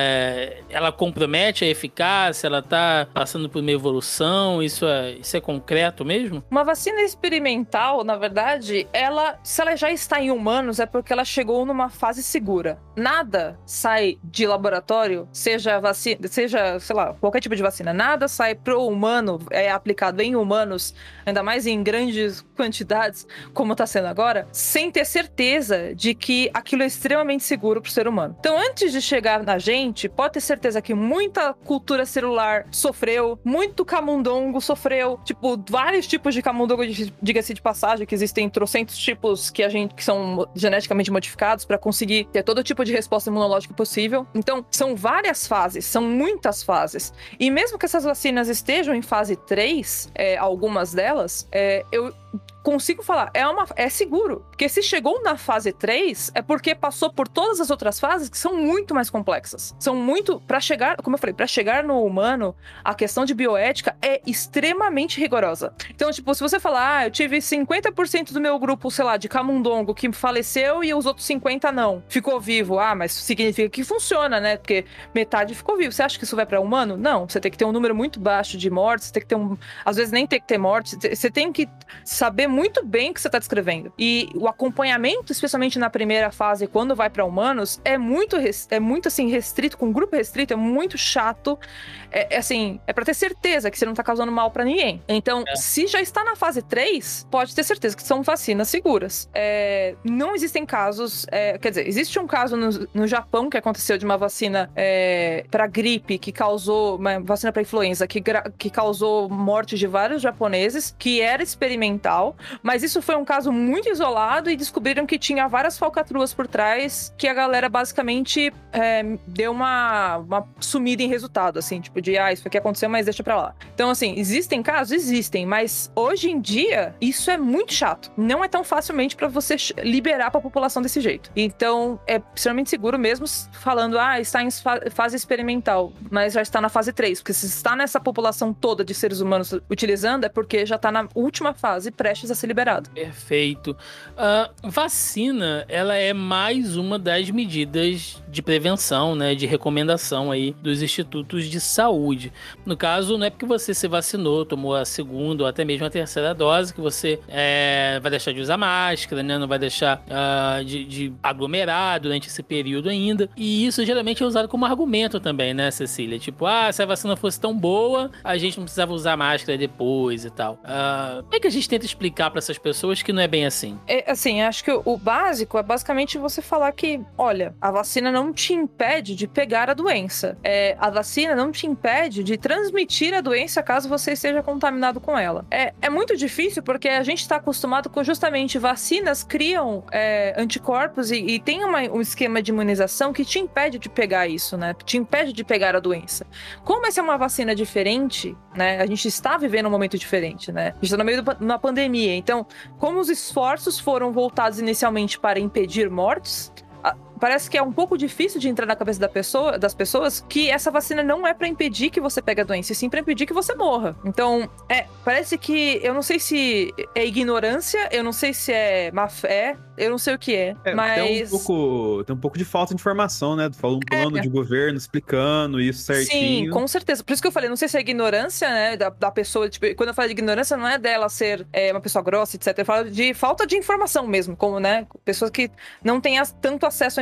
É, ela compromete a eficácia? Ela tá passando por uma evolução? Isso é, isso é concreto mesmo? Uma vacina experimental, na verdade, ela, se ela já está em humanos, é porque ela chegou numa fase segura. Nada sai de laboratório, seja vacina, seja, sei lá, qualquer tipo de vacina, nada sai pro humano, é aplicado em humanos, ainda mais em grandes quantidades, como está sendo agora, sem ter certeza de que aquilo é extremamente seguro pro ser humano. Então, antes de chegar na gente, pode ter certeza que muita cultura celular sofreu, muito camundongo sofreu, tipo, vários tipos de camundongo, diga-se de passagem, que existem trocentos tipos que a gente, que são geneticamente modificados para conseguir ter todo tipo de resposta imunológica possível. Então, são várias fases, são muitas fases. E mesmo que essas vacinas estejam em fase três, é, algumas delas, é, eu consigo falar, é, uma, é seguro. Porque se chegou na fase três, é porque passou por todas as outras fases que são muito mais complexas. São muito, para chegar, como eu falei, para chegar no humano, a questão de bioética é extremamente rigorosa. Então, tipo, se você falar, ah, eu tive cinquenta por cento do meu grupo, sei lá, de camundongo que faleceu e os outros cinquenta não, ficou vivo. Ah, mas significa que funciona, né? Porque metade ficou vivo. Você acha que isso vai para humano? Não. Você tem que ter um número muito baixo de mortes, você tem que ter um, às vezes nem tem que ter mortes, você tem que saber muito bem o que você está descrevendo. E o acompanhamento, especialmente na primeira fase, quando vai para humanos, é muito, é muito assim, restrito, com um grupo restrito, é muito chato. É, é assim, é para ter certeza que você não tá causando mal para ninguém. Então, é. se já está na fase três, pode ter certeza que são vacinas seguras. É, não existem casos, é, quer dizer, existe um caso no, no Japão que aconteceu de uma vacina é, para gripe que causou, uma vacina para influenza, que, que causou morte de vários japoneses, que era experimental, mas isso foi um caso muito isolado e descobriram que tinha várias falcatruas por trás que a galera basicamente é, deu uma, uma sumida em resultado, assim, tipo de, ah, isso aqui aconteceu, mas deixa pra lá. Então, assim, existem casos? Existem, mas hoje em dia, isso é muito chato. Não é tão facilmente pra você liberar pra população desse jeito. Então, é extremamente seguro mesmo falando, ah, está em fase experimental, mas já está na fase três, porque se está nessa população toda de seres humanos utilizando, é porque já está na última fase, prestes a ser liberado. Perfeito. Uh, vacina, ela é mais uma das medidas de prevenção, né, de recomendação aí dos institutos de saúde. No caso, não é porque você se vacinou, tomou a segunda ou até mesmo a terceira dose, que você é, vai deixar de usar máscara, né, não vai deixar uh, de, de aglomerar durante esse período ainda. E isso geralmente é usado como argumento também, né, Cecília? Tipo, ah, se a vacina fosse tão boa, a gente não precisava usar máscara depois e tal. Uh, como é que a gente tenta explicar para essas pessoas que não é bem assim? É, assim, acho que o, o básico é basicamente você falar que, olha, a vacina não te impede de pegar a doença. É, a vacina não te impede de transmitir a doença caso você esteja contaminado com ela. É, é muito difícil porque a gente está acostumado com justamente vacinas criam é, anticorpos e, e tem uma, um esquema de imunização que te impede de pegar isso, né? Te impede de pegar a doença. Como essa é uma vacina diferente, né? A gente está vivendo um momento diferente, né? A gente está no meio de uma pandemia. Então, como os esforços foram voltados inicialmente para impedir mortes, parece que é um pouco difícil de entrar na cabeça da pessoa, das pessoas que essa vacina não é pra impedir que você pegue a doença, e sim pra impedir que você morra. Então, é, parece que, eu não sei se é ignorância, eu não sei se é má fé, eu não sei o que é, é mas... Tem um, pouco, tem um pouco de falta de informação, né? Falou um plano é. de governo explicando isso certinho. Sim, com certeza. Por isso que eu falei, não sei se é ignorância, né, da, da pessoa, tipo, quando eu falo de ignorância, não é dela ser é, uma pessoa grossa, etcétera. Eu falo de falta de informação mesmo, como, né, pessoas que não têm as, tanto acesso à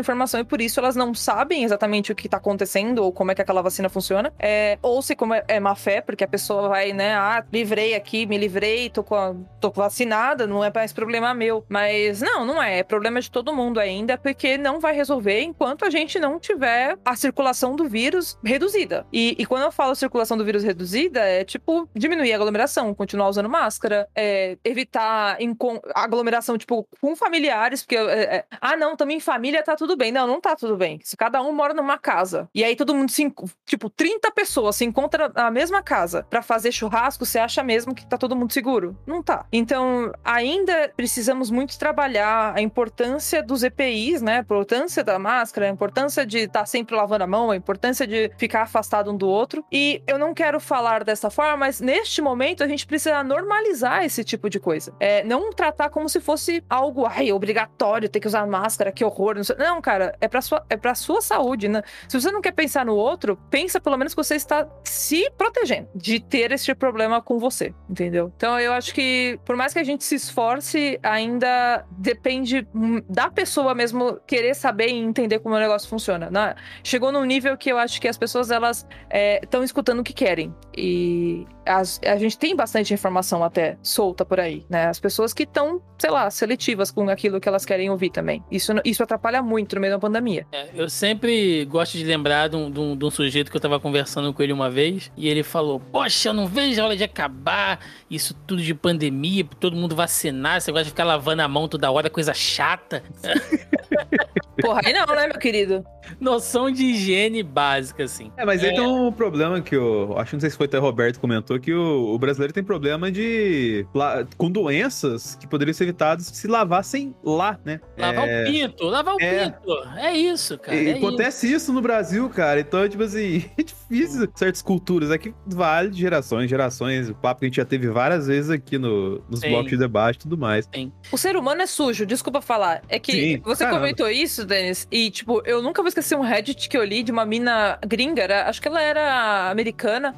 informação e por isso elas não sabem exatamente o que tá acontecendo ou como é que aquela vacina funciona. É, ou se como é, é má fé, porque a pessoa vai, né, ah, livrei aqui, me livrei, tô, com a, tô vacinada, não é mais problema meu. Mas não, não é. É problema de todo mundo ainda, porque não vai resolver enquanto a gente não tiver a circulação do vírus reduzida. E, e quando eu falo circulação do vírus reduzida, é tipo diminuir a aglomeração, continuar usando máscara, é, evitar aglomeração, tipo, com familiares, porque, é, é, ah, não, também em família tá tudo bem. Não, não tá tudo bem. Se cada um mora numa casa, e aí todo mundo se, tipo, trinta pessoas se encontram na mesma casa pra fazer churrasco, você acha mesmo que tá todo mundo seguro? Não tá. Então, ainda precisamos muito trabalhar a importância dos E P Is, né? A importância da máscara, a importância de estar tá sempre lavando a mão, a importância de ficar afastado um do outro. E eu não quero falar dessa forma, mas neste momento a gente precisa normalizar esse tipo de coisa. É, não tratar como se fosse algo, ai, obrigatório, ter que usar máscara, que horror. Não, sei. Não, cara, é pra, sua, é pra sua saúde, né? Se você não quer pensar no outro, pensa pelo menos que você está se protegendo de ter esse problema com você, entendeu? Então eu acho que, por mais que a gente se esforce, ainda depende da pessoa mesmo querer saber e entender como o negócio funciona, né? Chegou num nível que eu acho que as pessoas, elas estão é, escutando o que querem. E as, a gente tem bastante informação até solta por aí, né? As pessoas que estão, sei lá, seletivas com aquilo que elas querem ouvir também. Isso, isso atrapalha muito no meio da pandemia. É, eu sempre gosto de lembrar de um, de, um, de um sujeito que eu tava conversando com ele uma vez, e ele falou, poxa, eu não vejo a hora de acabar isso tudo de pandemia, todo mundo vacinar, você gosta de ficar lavando a mão toda hora, coisa chata. Porra, aí não, né, meu querido? Noção de higiene básica, assim. É, mas é. aí tem um problema que eu acho, não sei se foi até o Roberto comentou, que o, o brasileiro tem problema de com doenças que poderiam ser evitadas se lavassem lá, né? Lavar é... o pinto, lavar o é... pinto. É isso, cara. E, é acontece isso. isso no Brasil, cara. Então, tipo assim, é difícil certas culturas. Aqui vale de gerações, gerações. O papo que a gente já teve várias vezes aqui no, nos Sim. blocos de debate e tudo mais. Sim. O ser humano é sujo, desculpa falar. É que Sim, você caramba. comentou isso, Denis, e tipo, eu nunca vou esquecer um Reddit que eu li de uma mina gringa, era, acho que ela era americana,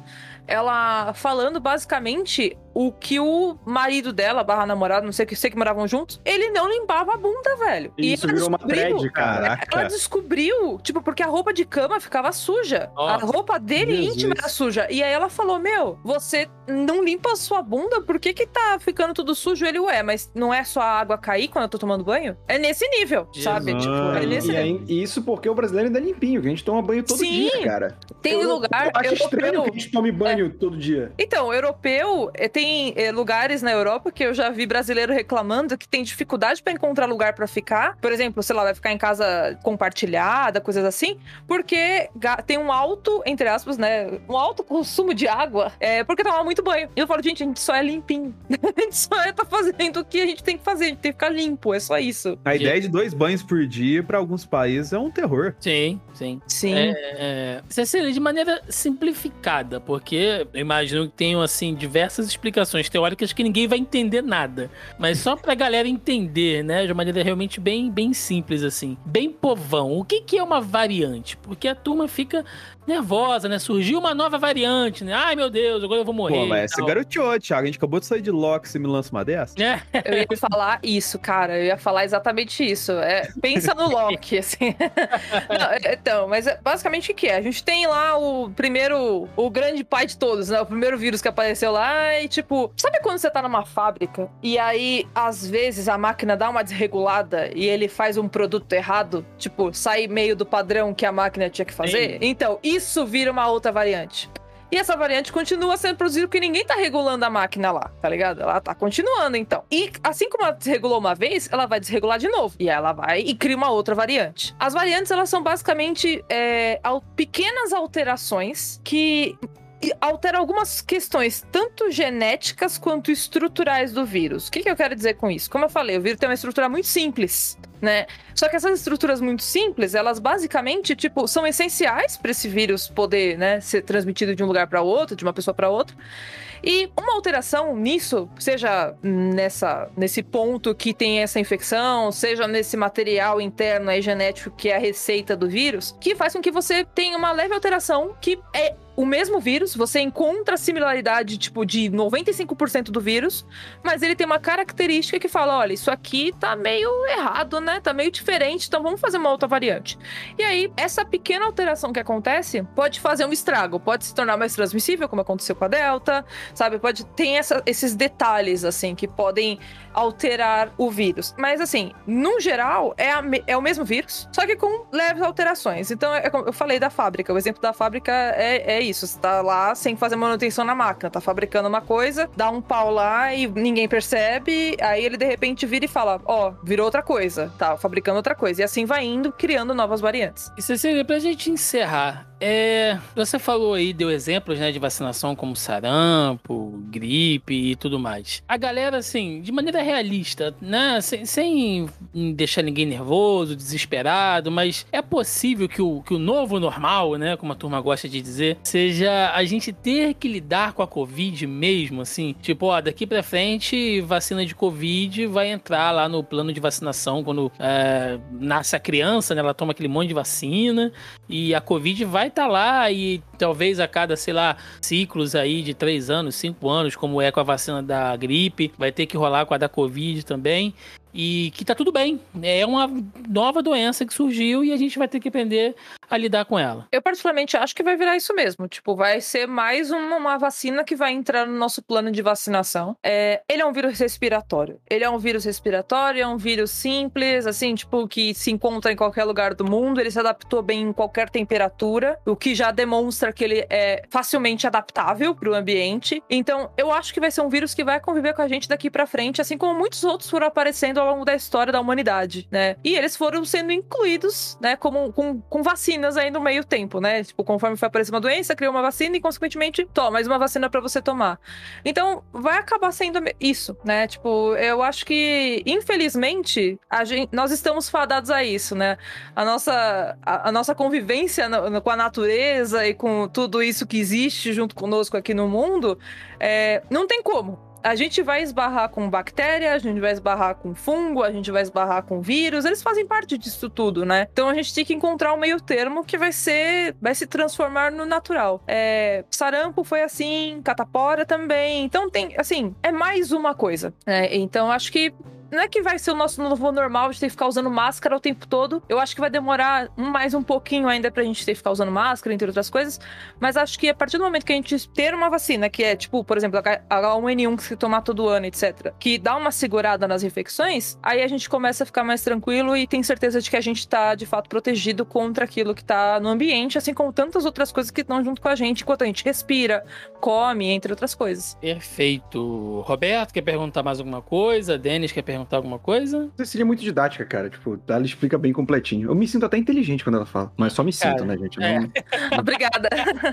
ela falando basicamente o que o marido dela, barra namorado, não sei que sei que moravam juntos, ele não limpava a bunda, velho. Isso e virou uma thread, caraca. Ela descobriu, tipo, porque a roupa de cama ficava suja. Oh, a roupa dele Jesus. íntima era suja. E aí ela falou, meu, você não limpa a sua bunda? Por que que tá ficando tudo sujo? Ele, ué, mas não é só a água cair quando eu tô tomando banho? É nesse nível, Jesus. sabe? Tipo, é nesse e nível. Aí, isso porque o brasileiro ainda é limpinho, que a gente toma banho todo Sim, dia, cara. Tem eu, lugar... Eu acho europeu, estranho que a gente tome banho é. todo dia. Então, europeu, tem é, lugares na Europa que eu já vi brasileiro reclamando que tem dificuldade pra encontrar lugar pra ficar. Por exemplo, sei lá, vai ficar em casa compartilhada, coisas assim, porque tem um alto, entre aspas, né, um alto consumo de água, é, porque toma muito banho. E eu falo, gente, a gente só é limpinho. A gente só é tá fazendo o que a gente tem que fazer, a gente tem que ficar limpo, é só isso. A e... ideia de dois banhos por dia pra alguns países é um terror. Sim, sim. Sim. É, é, isso seria de maneira simplificada, porque eu imagino que tenham, assim, diversas explicações teóricas que ninguém vai entender nada. Mas só pra galera entender, né, de uma maneira realmente bem, bem simples, assim. Bem povão. O que que é uma variante? Porque a turma fica nervosa, né? Surgiu uma nova variante, né? Ai, meu Deus, agora eu vou morrer. Pô, mas você garoteou, Thiago. A gente acabou de sair de Loki, você me lança uma dessa? É. Eu ia falar isso, cara. Eu ia falar exatamente isso. É, pensa no Loki, assim. Não, então, mas basicamente o que é? A gente tem lá o primeiro, o grande pai de todos, né? O primeiro vírus que apareceu lá e, tipo, sabe quando você tá numa fábrica e aí, às vezes, a máquina dá uma desregulada e ele faz um produto errado? Tipo, sai meio do padrão que a máquina tinha que fazer? Sim. Então, isso vira uma outra variante. E essa variante continua sendo produzida porque ninguém tá regulando a máquina lá, tá ligado? Ela tá continuando, então. E assim como ela desregulou uma vez, ela vai desregular de novo. E ela vai e cria uma outra variante. As variantes, elas são basicamente é, pequenas alterações que... altera algumas questões, tanto genéticas quanto estruturais do vírus. O que, que eu quero dizer com isso? Como eu falei, o vírus tem uma estrutura muito simples, né? Só que essas estruturas muito simples, elas basicamente, tipo, são essenciais para esse vírus poder, né, ser transmitido de um lugar para outro, de uma pessoa para outra. E uma alteração nisso, seja nessa, nesse ponto que tem essa infecção, seja nesse material interno aí genético que é a receita do vírus, que faz com que você tenha uma leve alteração que é o mesmo vírus, você encontra a similaridade, tipo, de noventa e cinco por cento do vírus, mas ele tem uma característica que fala, olha, isso aqui tá meio errado, né? Tá meio diferente, então vamos fazer uma outra variante. E aí, essa pequena alteração que acontece pode fazer um estrago, pode se tornar mais transmissível, como aconteceu com a Delta, sabe? Pode ter essa, esses detalhes, assim, que podem alterar o vírus. Mas, assim, no geral, é, a, é o mesmo vírus, só que com leves alterações. Então, é, eu falei da fábrica. O exemplo da fábrica é, é isso. Você tá lá sem fazer manutenção na máquina, tá fabricando uma coisa, dá um pau lá e ninguém percebe, aí ele, de repente, vira e fala, ó, oh, virou outra coisa, tá fabricando outra coisa. E assim vai indo, criando novas variantes. E, Cecília, pra gente encerrar, É, você falou aí, deu exemplos, né, de vacinação como sarampo, gripe e tudo mais. A galera, assim, de maneira realista, né, sem, sem deixar ninguém nervoso, desesperado, mas é possível que o, que o novo normal, né, como a turma gosta de dizer, seja a gente ter que lidar com a Covid mesmo, assim, tipo, ó, daqui pra frente, vacina de Covid vai entrar lá no plano de vacinação quando é, nasce a criança, né, ela toma aquele monte de vacina e a Covid vai tá lá e talvez a cada, sei lá, ciclos aí de três anos, cinco anos, como é com a vacina da gripe, vai ter que rolar com a da Covid também. E que tá tudo bem. É uma nova doença que surgiu e a gente vai ter que aprender a lidar com ela. Eu particularmente acho que vai virar isso mesmo. Tipo, vai ser mais uma, uma vacina que vai entrar no nosso plano de vacinação. É, ele é um vírus respiratório. Ele é um vírus respiratório, é um vírus simples, assim, tipo, que se encontra em qualquer lugar do mundo. Ele se adaptou bem em qualquer temperatura, o que já demonstra que ele é facilmente adaptável pro ambiente. Então, eu acho que vai ser um vírus que vai conviver com a gente daqui pra frente, assim como muitos outros foram aparecendo ao longo da história da humanidade, né? E eles foram sendo incluídos, né, como, com, com vacinas aí no meio tempo, né? Tipo, conforme foi aparecendo uma doença, criou uma vacina e, consequentemente, toma, mais uma vacina pra você tomar. Então, vai acabar sendo isso, né? Tipo, eu acho que, infelizmente, a gente, nós estamos fadados a isso, né? A nossa, a, a nossa convivência no, no, com a natureza e com tudo isso que existe junto conosco aqui no mundo, é, não tem como. A gente vai esbarrar com bactéria, a gente vai esbarrar com fungo, a gente vai esbarrar com vírus, eles fazem parte disso tudo, né? Então a gente tem que encontrar um meio termo que vai ser, vai se transformar no natural. É, sarampo foi assim, catapora também, então tem, assim, é mais uma coisa. É, então acho que não é que vai ser o nosso novo normal de ter que ficar usando máscara o tempo todo. Eu acho que vai demorar mais um pouquinho ainda pra gente ter que ficar usando máscara, entre outras coisas. Mas acho que a partir do momento que a gente ter uma vacina, que é tipo, por exemplo, a H um N um que se tomar todo ano, etcétera, que dá uma segurada nas infecções, aí a gente começa a ficar mais tranquilo e tem certeza de que a gente tá, de fato, protegido contra aquilo que tá no ambiente, assim como tantas outras coisas que estão junto com a gente, enquanto a gente respira, come, entre outras coisas. Perfeito. Roberto, quer perguntar mais alguma coisa? Denis, quer perguntar alguma coisa? Seria muito didática, cara. Tipo, ela explica bem completinho. Eu me sinto até inteligente quando ela fala. Mas só me sinto, cara, né, gente? Eu é. não... Obrigada.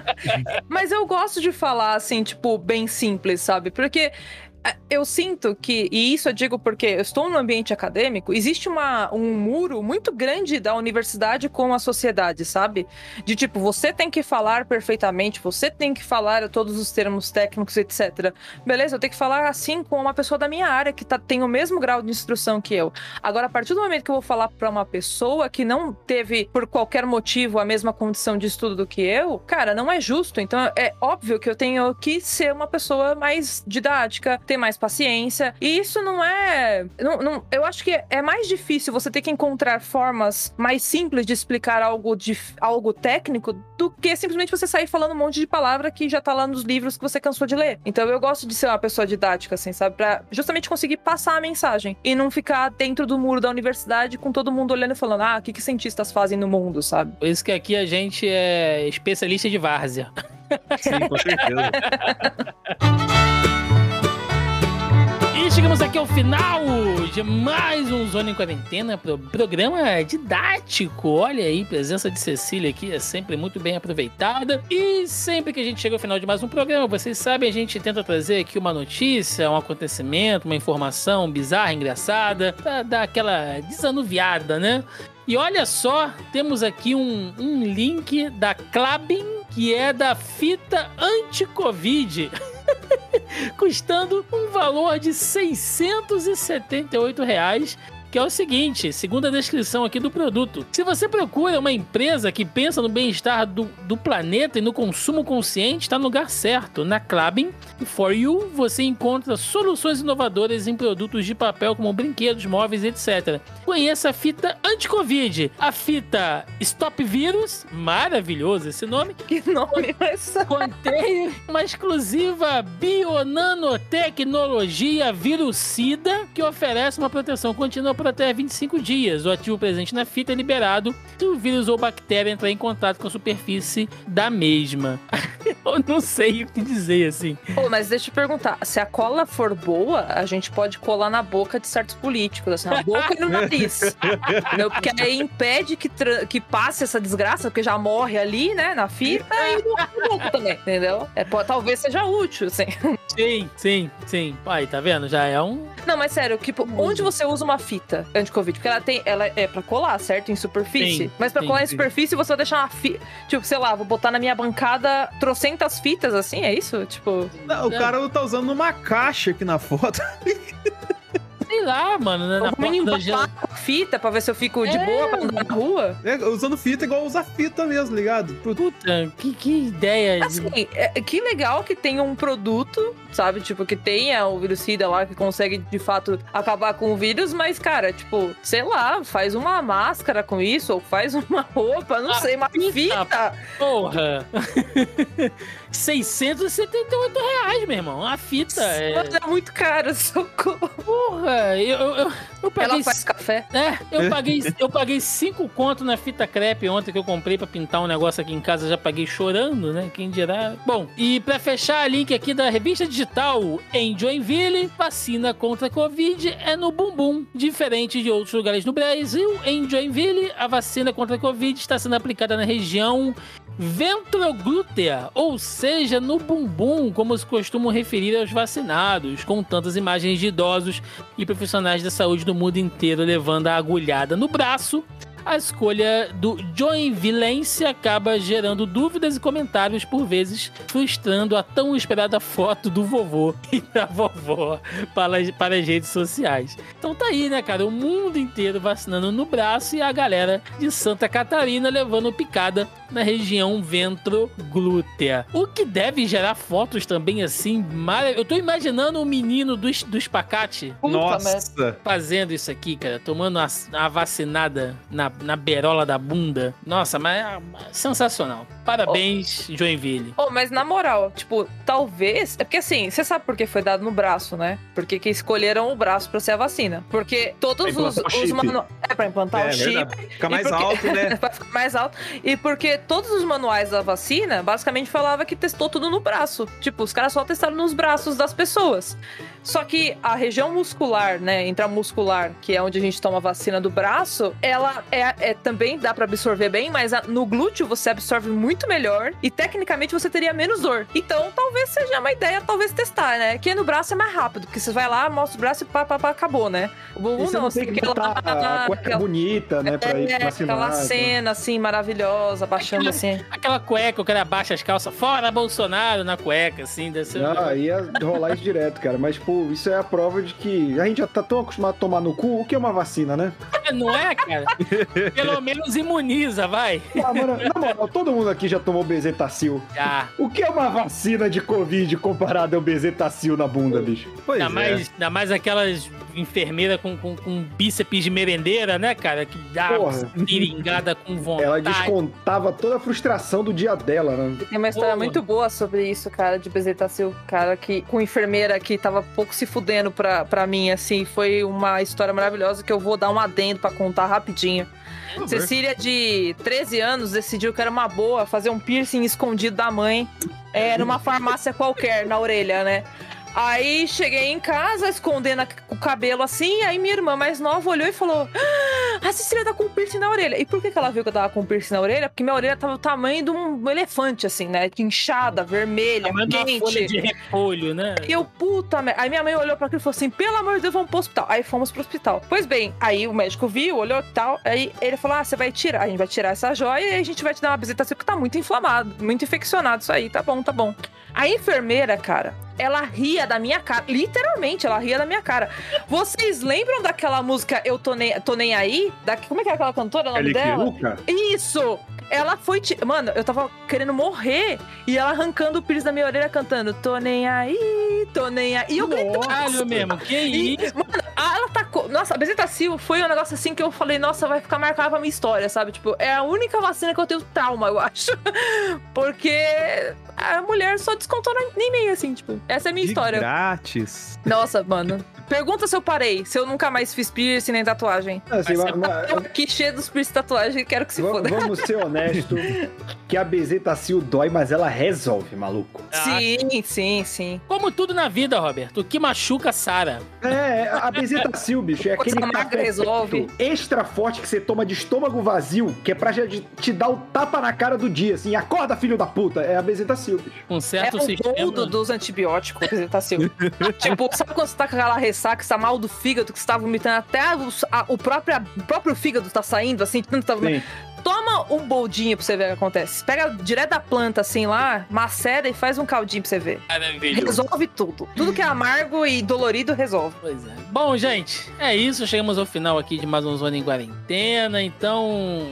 Mas eu gosto de falar, assim, tipo, bem simples, sabe? Porque eu sinto que, e isso eu digo porque eu estou no ambiente acadêmico, existe uma, um muro muito grande da universidade com a sociedade, sabe? De tipo, você tem que falar perfeitamente, você tem que falar todos os termos técnicos, etcétera. Beleza, eu tenho que falar assim com uma pessoa da minha área que tá, tem o mesmo grau de instrução que eu. Agora, a partir do momento que eu vou falar pra uma pessoa que não teve, por qualquer motivo, a mesma condição de estudo do que eu, cara, não é justo. Então, é óbvio que eu tenho que ser uma pessoa mais didática, ter mais paciência. E isso não é... Não, não, eu acho que é mais difícil você ter que encontrar formas mais simples de explicar algo, de, algo técnico do que simplesmente você sair falando um monte de palavra que já tá lá nos livros que você cansou de ler. Então eu gosto de ser uma pessoa didática, assim, sabe? Pra justamente conseguir passar a mensagem e não ficar dentro do muro da universidade com todo mundo olhando e falando, ah, o que, que cientistas fazem no mundo, sabe? Por isso que aqui a gente é especialista de várzea. Sim, com certeza. E chegamos aqui ao final de mais um Zona em Quarentena, pro programa didático. Olha aí, presença de Cecília aqui é sempre muito bem aproveitada. E sempre que a gente chega ao final de mais um programa, vocês sabem, a gente tenta trazer aqui uma notícia, um acontecimento, uma informação bizarra, engraçada, pra dar aquela desanuviada, né? E olha só, temos aqui um, um link da Klabin, que é da fita anti-Covid. Custando um valor de seiscentos e setenta e oito reais. que é o seguinte, segundo a descrição aqui do produto. Se você procura uma empresa que pensa no bem-estar do, do planeta e no consumo consciente, está no lugar certo. Na Klabin For You, você encontra soluções inovadoras em produtos de papel como brinquedos, móveis, etcétera. Conheça a fita anti-Covid, a fita Stop Vírus, maravilhoso esse nome. Que nome é esse? Contém uma exclusiva bionanotecnologia virucida que oferece uma proteção contínua por até vinte e cinco dias. O ativo presente na fita é liberado se o vírus ou bactéria entrar em contato com a superfície da mesma. Eu não sei o que dizer, assim. Pô, mas deixa eu te perguntar, se a cola for boa, a gente pode colar na boca de certos políticos, assim, na boca e no nariz. Entendeu? Porque aí impede que, tra- que passe essa desgraça, porque já morre ali, né, na fita, e no boca também, entendeu? É, pô, talvez seja útil, assim. Sim, sim, sim. Aí, tá vendo? Já é um... Não, mas sério, tipo, onde você usa uma fita anti-Covid? Porque ela tem, ela é pra colar, certo? Em superfície. Sim, mas pra sim, colar em sim. superfície, você vai deixar uma fita. Tipo, sei lá, vou botar na minha bancada trocentas fitas, assim, é isso? Tipo. Não, o É. cara tá usando uma caixa aqui na foto. Sei lá, mano, né, na Vou porta me da embalar geladeira. com a fita pra ver se eu fico de É. boa pra andar na rua. É, usando fita igual usar fita mesmo, ligado? Puta, Puta, que, que ideia. de- Assim, é, que legal que tenha um produto, sabe? Tipo, que tenha o virucida lá que consegue, de fato, acabar com o vírus, mas, cara, tipo, sei lá, faz uma máscara com isso, ou faz uma roupa, não Ah, sei, uma fita. fita. Porra. seiscentos e setenta e oito reais, meu irmão. A fita é... Mas é muito caro, socorro. Porra, eu, eu, eu, eu paguei... Ela faz café. É, eu paguei, eu paguei cinco conto na fita crepe ontem que eu comprei pra pintar um negócio aqui em casa, já paguei chorando, né? Quem dirá. Bom, e pra fechar, link aqui da revista digital em Joinville, vacina contra a Covid é no bumbum. Diferente de outros lugares no Brasil, em Joinville, a vacina contra a Covid está sendo aplicada na região ventroglútea, ou seja, no bumbum, como se costumam referir aos vacinados, com tantas imagens de idosos e profissionais da saúde do mundo inteiro levando a agulhada no braço. A escolha do Joinvillense acaba gerando dúvidas e comentários, por vezes frustrando a tão esperada foto do vovô e da vovó para as, para as redes sociais. Então tá aí, né, cara? O mundo inteiro vacinando no braço e a galera de Santa Catarina levando picada na região ventroglútea. O que deve gerar fotos também assim, mara... eu tô imaginando o menino do, es- do espacate Puta merda. nossa. fazendo isso aqui, cara, tomando a, a vacinada na, na berola da bunda. Nossa, mas é sensacional. Parabéns, Joinville. Oh, mas na moral, tipo, talvez. É porque assim, você sabe por que foi dado no braço, né? Porque que escolheram o braço pra ser a vacina. Porque todos Pra os, implantar o os chip. manu... É pra implantar É, o chip. verdade. Fica E mais porque- alto, né? Vai ficar mais alto. E porque todos os manuais da vacina basicamente falava que testou tudo no braço. Tipo, os caras só testaram nos braços das pessoas. Só que a região muscular, né, intramuscular, que é onde a gente toma a vacina do braço, ela é, é também dá pra absorver bem, mas a- no glúteo você absorve muito melhor e tecnicamente você teria menos dor. Então, talvez seja uma ideia, talvez testar, né? Que no braço é mais rápido, porque você vai lá, mostra o braço e pá, pá, pá, acabou, né? O E bumbum você não, não você tem tem que que ir lá, botar a cueca aquela- bonita, né, pra ir é, vacinar. aquela cena assim maravilhosa, baixando assim. Aquela cueca, o cara abaixa as calças, fora Bolsonaro na cueca, assim, deve ser... Ah, ia rolar isso direto, cara. Mas, pô, isso é a prova de que a gente já tá tão acostumado a tomar no cu. O que é uma vacina, né? Não é, cara? Pelo menos imuniza, vai. Ah, mano, na moral, todo mundo aqui já tomou Bezetacil. Já. O que é uma vacina de Covid comparada ao Bezetacil na bunda, bicho? Pois Ainda é. mais, ainda mais aquelas enfermeiras com, com, com bíceps de merendeira, né, cara? Que dá Porra. piringada com vontade. Ela descontava toda a frustração do dia dela, né? Tem uma história Boa. muito boa sobre isso, cara, de Bezetacil, cara, que com enfermeira que tava pouco se fudendo pra, pra mim, assim, foi uma história maravilhosa que eu vou dar um adendo pra contar rapidinho. Cecília, de treze anos, decidiu que era uma boa fazer um piercing escondido da mãe, é, numa farmácia qualquer, na orelha, né? Aí cheguei em casa, escondendo a- o cabelo assim, aí minha irmã mais nova olhou e falou: "Ah, a Cecília tá com um piercing na orelha." E por que que ela viu que eu tava com um piercing na orelha? Porque minha orelha tava do tamanho de um elefante, assim, né? Inchada, vermelha, Tamanho de uma folha quente. de repolho, né? E eu, puta merda. Aí minha mãe olhou pra aquilo e falou assim: pelo amor de Deus, vamos pro hospital. Aí fomos pro hospital. Pois bem, aí o médico viu, olhou e tal. Aí ele falou: ah, você vai tirar. A gente vai tirar essa joia e aí a gente vai te dar uma visitação porque tá muito inflamado, muito infeccionado isso aí. Tá bom, tá bom. A enfermeira, cara, ela ria da minha cara. Literalmente, ela ria da minha cara. Vocês lembram daquela música Eu Tô Nem, Tô Nem Aí? Da, como é que é aquela cantora? O nome dela? Cara. Isso! Ela foi... T... Mano, eu tava querendo morrer e ela arrancando o pires da minha orelha cantando Tô nem aí, tô nem aí. E eu gritando. Caralho mesmo, que E, isso? mano, ela tacou... Nossa, a Bezetacil foi um negócio assim que eu falei, nossa, vai ficar marcado pra minha história, sabe? Tipo, é a única vacina que eu tenho trauma, eu acho. Porque a mulher só descontou em mim, assim, tipo. Essa é a minha De história. grátis. Nossa, mano. Pergunta se eu parei, se eu nunca mais fiz piercing nem tatuagem. Assim, Mas ma- ma- Eu aqui cheio dos piercing e tatuagem, quero que se va- foda. vamos ser honestos, que a Bezetacil dói, mas ela resolve, maluco. Sim, sim, sim. Como tudo na vida, Roberto, o que machuca, sara. É, a Bezetacil, bicho, é Coisa aquele magra café resolve. preto extra forte que você toma de estômago vazio, que é pra já de- te dar o tapa na cara do dia, assim, acorda, filho da puta, é a Bezetacil, bicho. Um É certo o sistema. boldo dos antibióticos, Bezetacil. Tipo, sabe quando você tá com aquela ressaca, você tá mal do fígado, que você tá vomitando até o, a- o, próprio, o próprio fígado tá saindo, assim, tanto tá vomitando. Sim. Toma um boldinho pra você ver o que acontece. Pega direto da planta, assim, lá, macera e faz um caldinho pra você ver. Maravilhoso. Resolve tudo. Tudo que é amargo e dolorido, resolve. Pois é. Bom, gente, é isso. Chegamos ao final aqui de mais um Zona em Quarentena. Então.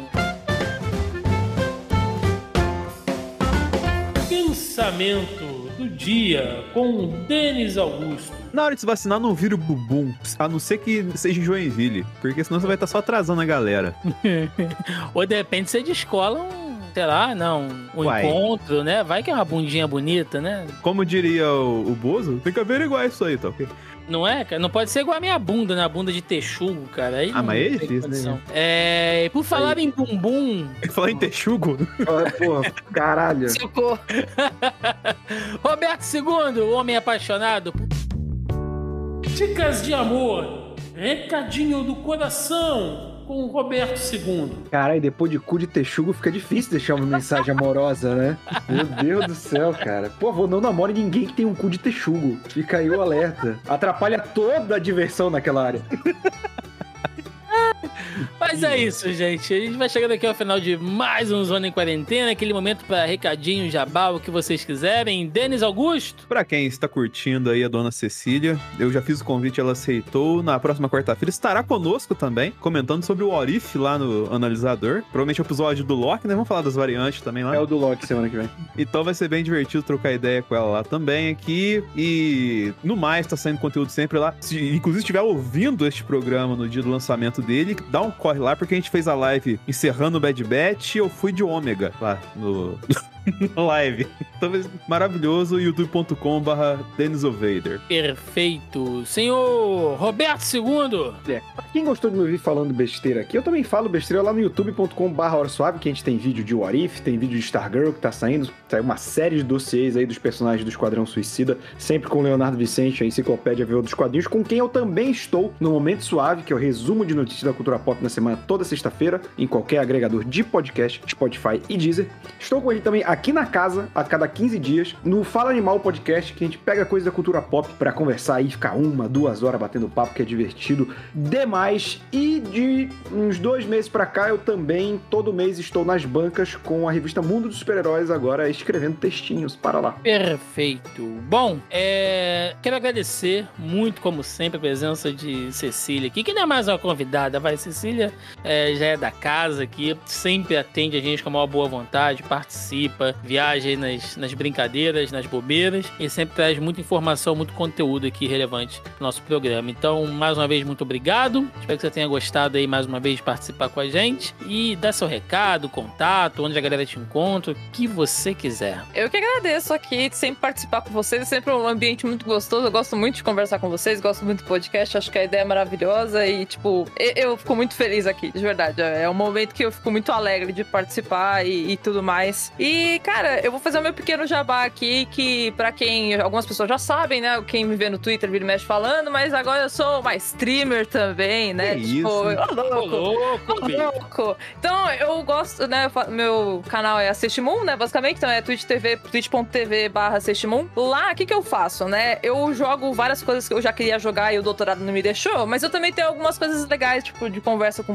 Pensamento do dia com Denis Augusto. Na hora de se vacinar, não vira o bumbum. A não ser que seja em Joinville. Porque senão você vai estar só atrasando a galera. Ou de repente você descola um, sei lá, não, um Uai. encontro, né? Vai que é uma bundinha bonita, né? Como diria o, o Bozo, tem que averiguar isso aí, tá ok? Não é, cara? Não pode ser igual a minha bunda, né? A bunda de texugo, cara. Aí Ah, não mas aí é tem difícil, condição. né? É, por falar em bumbum, Falar em texugo, Ah, Porra, caralho. Socorro. Roberto segundo, o homem apaixonado. Dicas de amor, recadinho do coração com o Roberto segundo. Caralho, depois de cu de texugo fica difícil deixar uma mensagem amorosa, né? Meu Deus do céu, cara. Por favor, não namore ninguém que tem um cu de texugo. Fica aí o alerta. Atrapalha toda a diversão naquela área. Mas é isso, gente. A gente vai chegando aqui ao final de mais um Zona em Quarentena, aquele momento para recadinho, jabá, o que vocês quiserem. Denis Augusto. pra quem está curtindo aí a Dona Cecília, eu já fiz o convite, ela aceitou. Na próxima quarta-feira estará conosco também, comentando sobre o Orif lá no analisador. Provavelmente o episódio do Loki, né? Vamos falar das variantes também lá. É o do Loki semana que vem. Então vai ser bem divertido trocar ideia com ela lá também aqui. E no mais, tá saindo conteúdo sempre lá. Se inclusive estiver ouvindo este programa no dia do lançamento dele, dá um corre lá, porque a gente fez a live encerrando o Bad Batch e eu fui de ômega lá no... na live. Então, maravilhoso, youtube ponto com barra Dennis Ovader. Perfeito. Senhor Roberto segundo. É, pra quem gostou de me ouvir falando besteira aqui, eu também falo besteira lá no youtube ponto com barra Hora Suave, que a gente tem vídeo de What If, tem vídeo de Stargirl que tá saindo, saiu uma série de dossiês aí dos personagens do Esquadrão Suicida, sempre com o Leonardo Vicente, a enciclopédia viva dos quadrinhos, com quem eu também estou no Momento Suave, que é o resumo de notícias da cultura pop na semana toda sexta-feira, em qualquer agregador de podcast, Spotify e Deezer. Estou com ele também aqui na casa, a cada quinze dias, no Fala Animal Podcast, que a gente pega coisa da cultura pop pra conversar e ficar uma, duas horas batendo papo, que é divertido demais. E de uns dois meses pra cá, eu também, todo mês, estou nas bancas com a revista Mundo dos Super-Heróis, agora escrevendo textinhos. Para lá. Perfeito. Bom, é... quero agradecer muito, como sempre, a presença de Cecília aqui, que não é mais uma convidada, vai, Cecília é, já é da casa aqui, sempre atende a gente com a maior boa vontade, participa, viaja aí nas, nas brincadeiras, nas bobeiras, e sempre traz muita informação, muito conteúdo aqui relevante no nosso programa. Então, mais uma vez, muito obrigado. Espero que você tenha gostado aí, mais uma vez, de participar com a gente. E dá seu recado, contato, onde a galera te encontra, o que você quiser. Eu que agradeço aqui de sempre participar com vocês. É sempre um ambiente muito gostoso. Eu gosto muito de conversar com vocês, gosto muito do podcast. Acho que a ideia é maravilhosa e, tipo, eu, eu fico muito feliz aqui, de verdade. É um momento que eu fico muito alegre de participar e, e tudo mais. E, cara, eu vou fazer o meu pequeno jabá aqui, que pra quem, algumas pessoas já sabem, né? Quem me vê no Twitter, vira e mexe falando, mas agora eu sou uma streamer também, né? Que tipo, isso? ô, louco! louco, Ô, louco! Então, eu gosto, né? eu fa- Meu canal é a Sextimum, né? Basicamente, então é twitch ponto tv, twitch ponto tv barra Sextimum. Lá, o que que eu faço, né? Eu jogo várias coisas que eu já queria jogar e o doutorado não me deixou, mas eu também tenho algumas coisas legais, tipo, de conversa com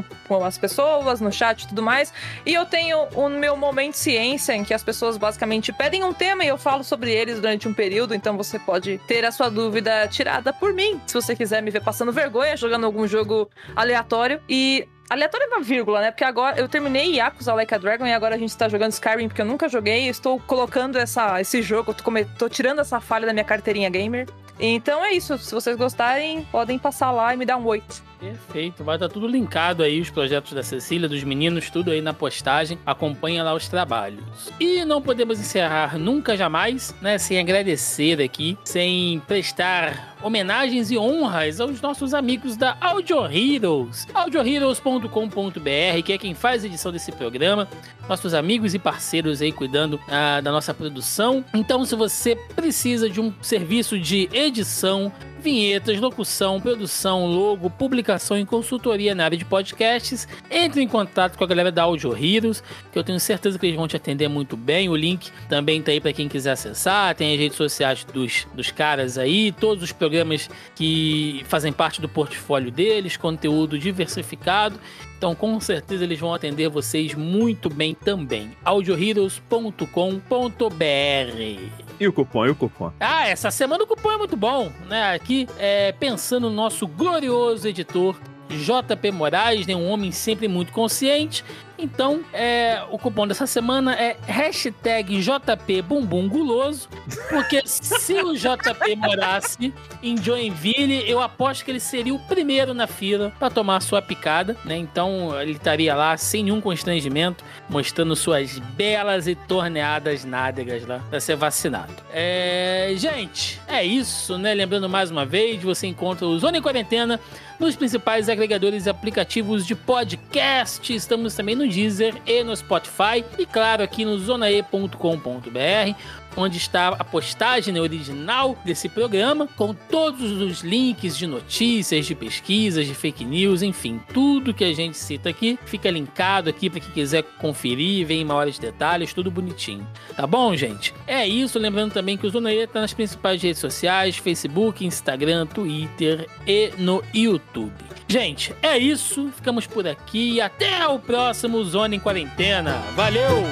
com as pessoas no chat e tudo mais. E eu tenho o meu momento ciência, em que as pessoas basicamente pedem um tema e eu falo sobre eles durante um período, então você pode ter a sua dúvida tirada por mim, se você quiser me ver passando vergonha, jogando algum jogo aleatório. E aleatório é uma vírgula, né? Porque agora eu terminei Yakuza Like a Dragon e agora a gente tá jogando Skyrim, porque eu nunca joguei. Estou colocando essa, esse jogo, tô, come... tô tirando essa falha da minha carteirinha gamer. Então é isso. Se vocês gostarem, podem passar lá e me dar um oi. Perfeito, vai estar tudo linkado aí, os projetos da Cecília, dos meninos, tudo aí na postagem. Acompanha lá os trabalhos. E não podemos encerrar nunca jamais, né, sem agradecer aqui, sem prestar homenagens e honras aos nossos amigos da Audio Heroes. audio heroes ponto com ponto b r, que é quem faz a edição desse programa. Nossos amigos e parceiros aí cuidando ah, da nossa produção. Então, se você precisa de um serviço de edição, vinhetas, locução, produção, logo, publicação e consultoria na área de podcasts, entre em contato com a galera da Audio Heroes, que eu tenho certeza que eles vão te atender muito bem. O link também tá aí para quem quiser acessar, tem as redes sociais dos, dos caras aí, todos os programas que fazem parte do portfólio deles, conteúdo diversificado. Então, com certeza, eles vão atender vocês muito bem também. audio heroes ponto com ponto b r. E o cupom, e o cupom? Ah, essa semana o cupom é muito bom, né? Aqui, é, pensando no nosso glorioso editor J P Moraes, né? Um homem sempre muito consciente. Então, é, o cupom dessa semana é hashtag J P Bumbum Guloso, porque se o J P morasse em Joinville, eu aposto que ele seria o primeiro na fila para tomar a sua picada, né? Então, ele estaria lá sem nenhum constrangimento, mostrando suas belas e torneadas nádegas lá para ser vacinado. É, gente, é isso, né? Lembrando mais uma vez, você encontra o Zona em Quarentena nos principais agregadores e aplicativos de podcast. Estamos também no Deezer e no Spotify. E claro, aqui no zona e ponto com ponto b r, onde está a postagem, né, original desse programa, com todos os links de notícias, de pesquisas, de fake news, enfim, tudo que a gente cita aqui fica linkado aqui para quem quiser conferir, ver em maiores detalhes, tudo bonitinho. Tá bom, gente? É isso, lembrando também que o Zona E tá nas principais redes sociais, Facebook, Instagram, Twitter e no YouTube. Gente, é isso, ficamos por aqui e até o próximo Zona em Quarentena. Valeu!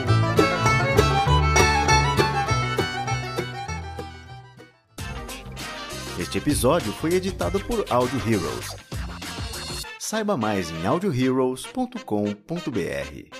Este episódio foi editado por Audio Heroes. Saiba mais em audio heroes ponto com ponto b r.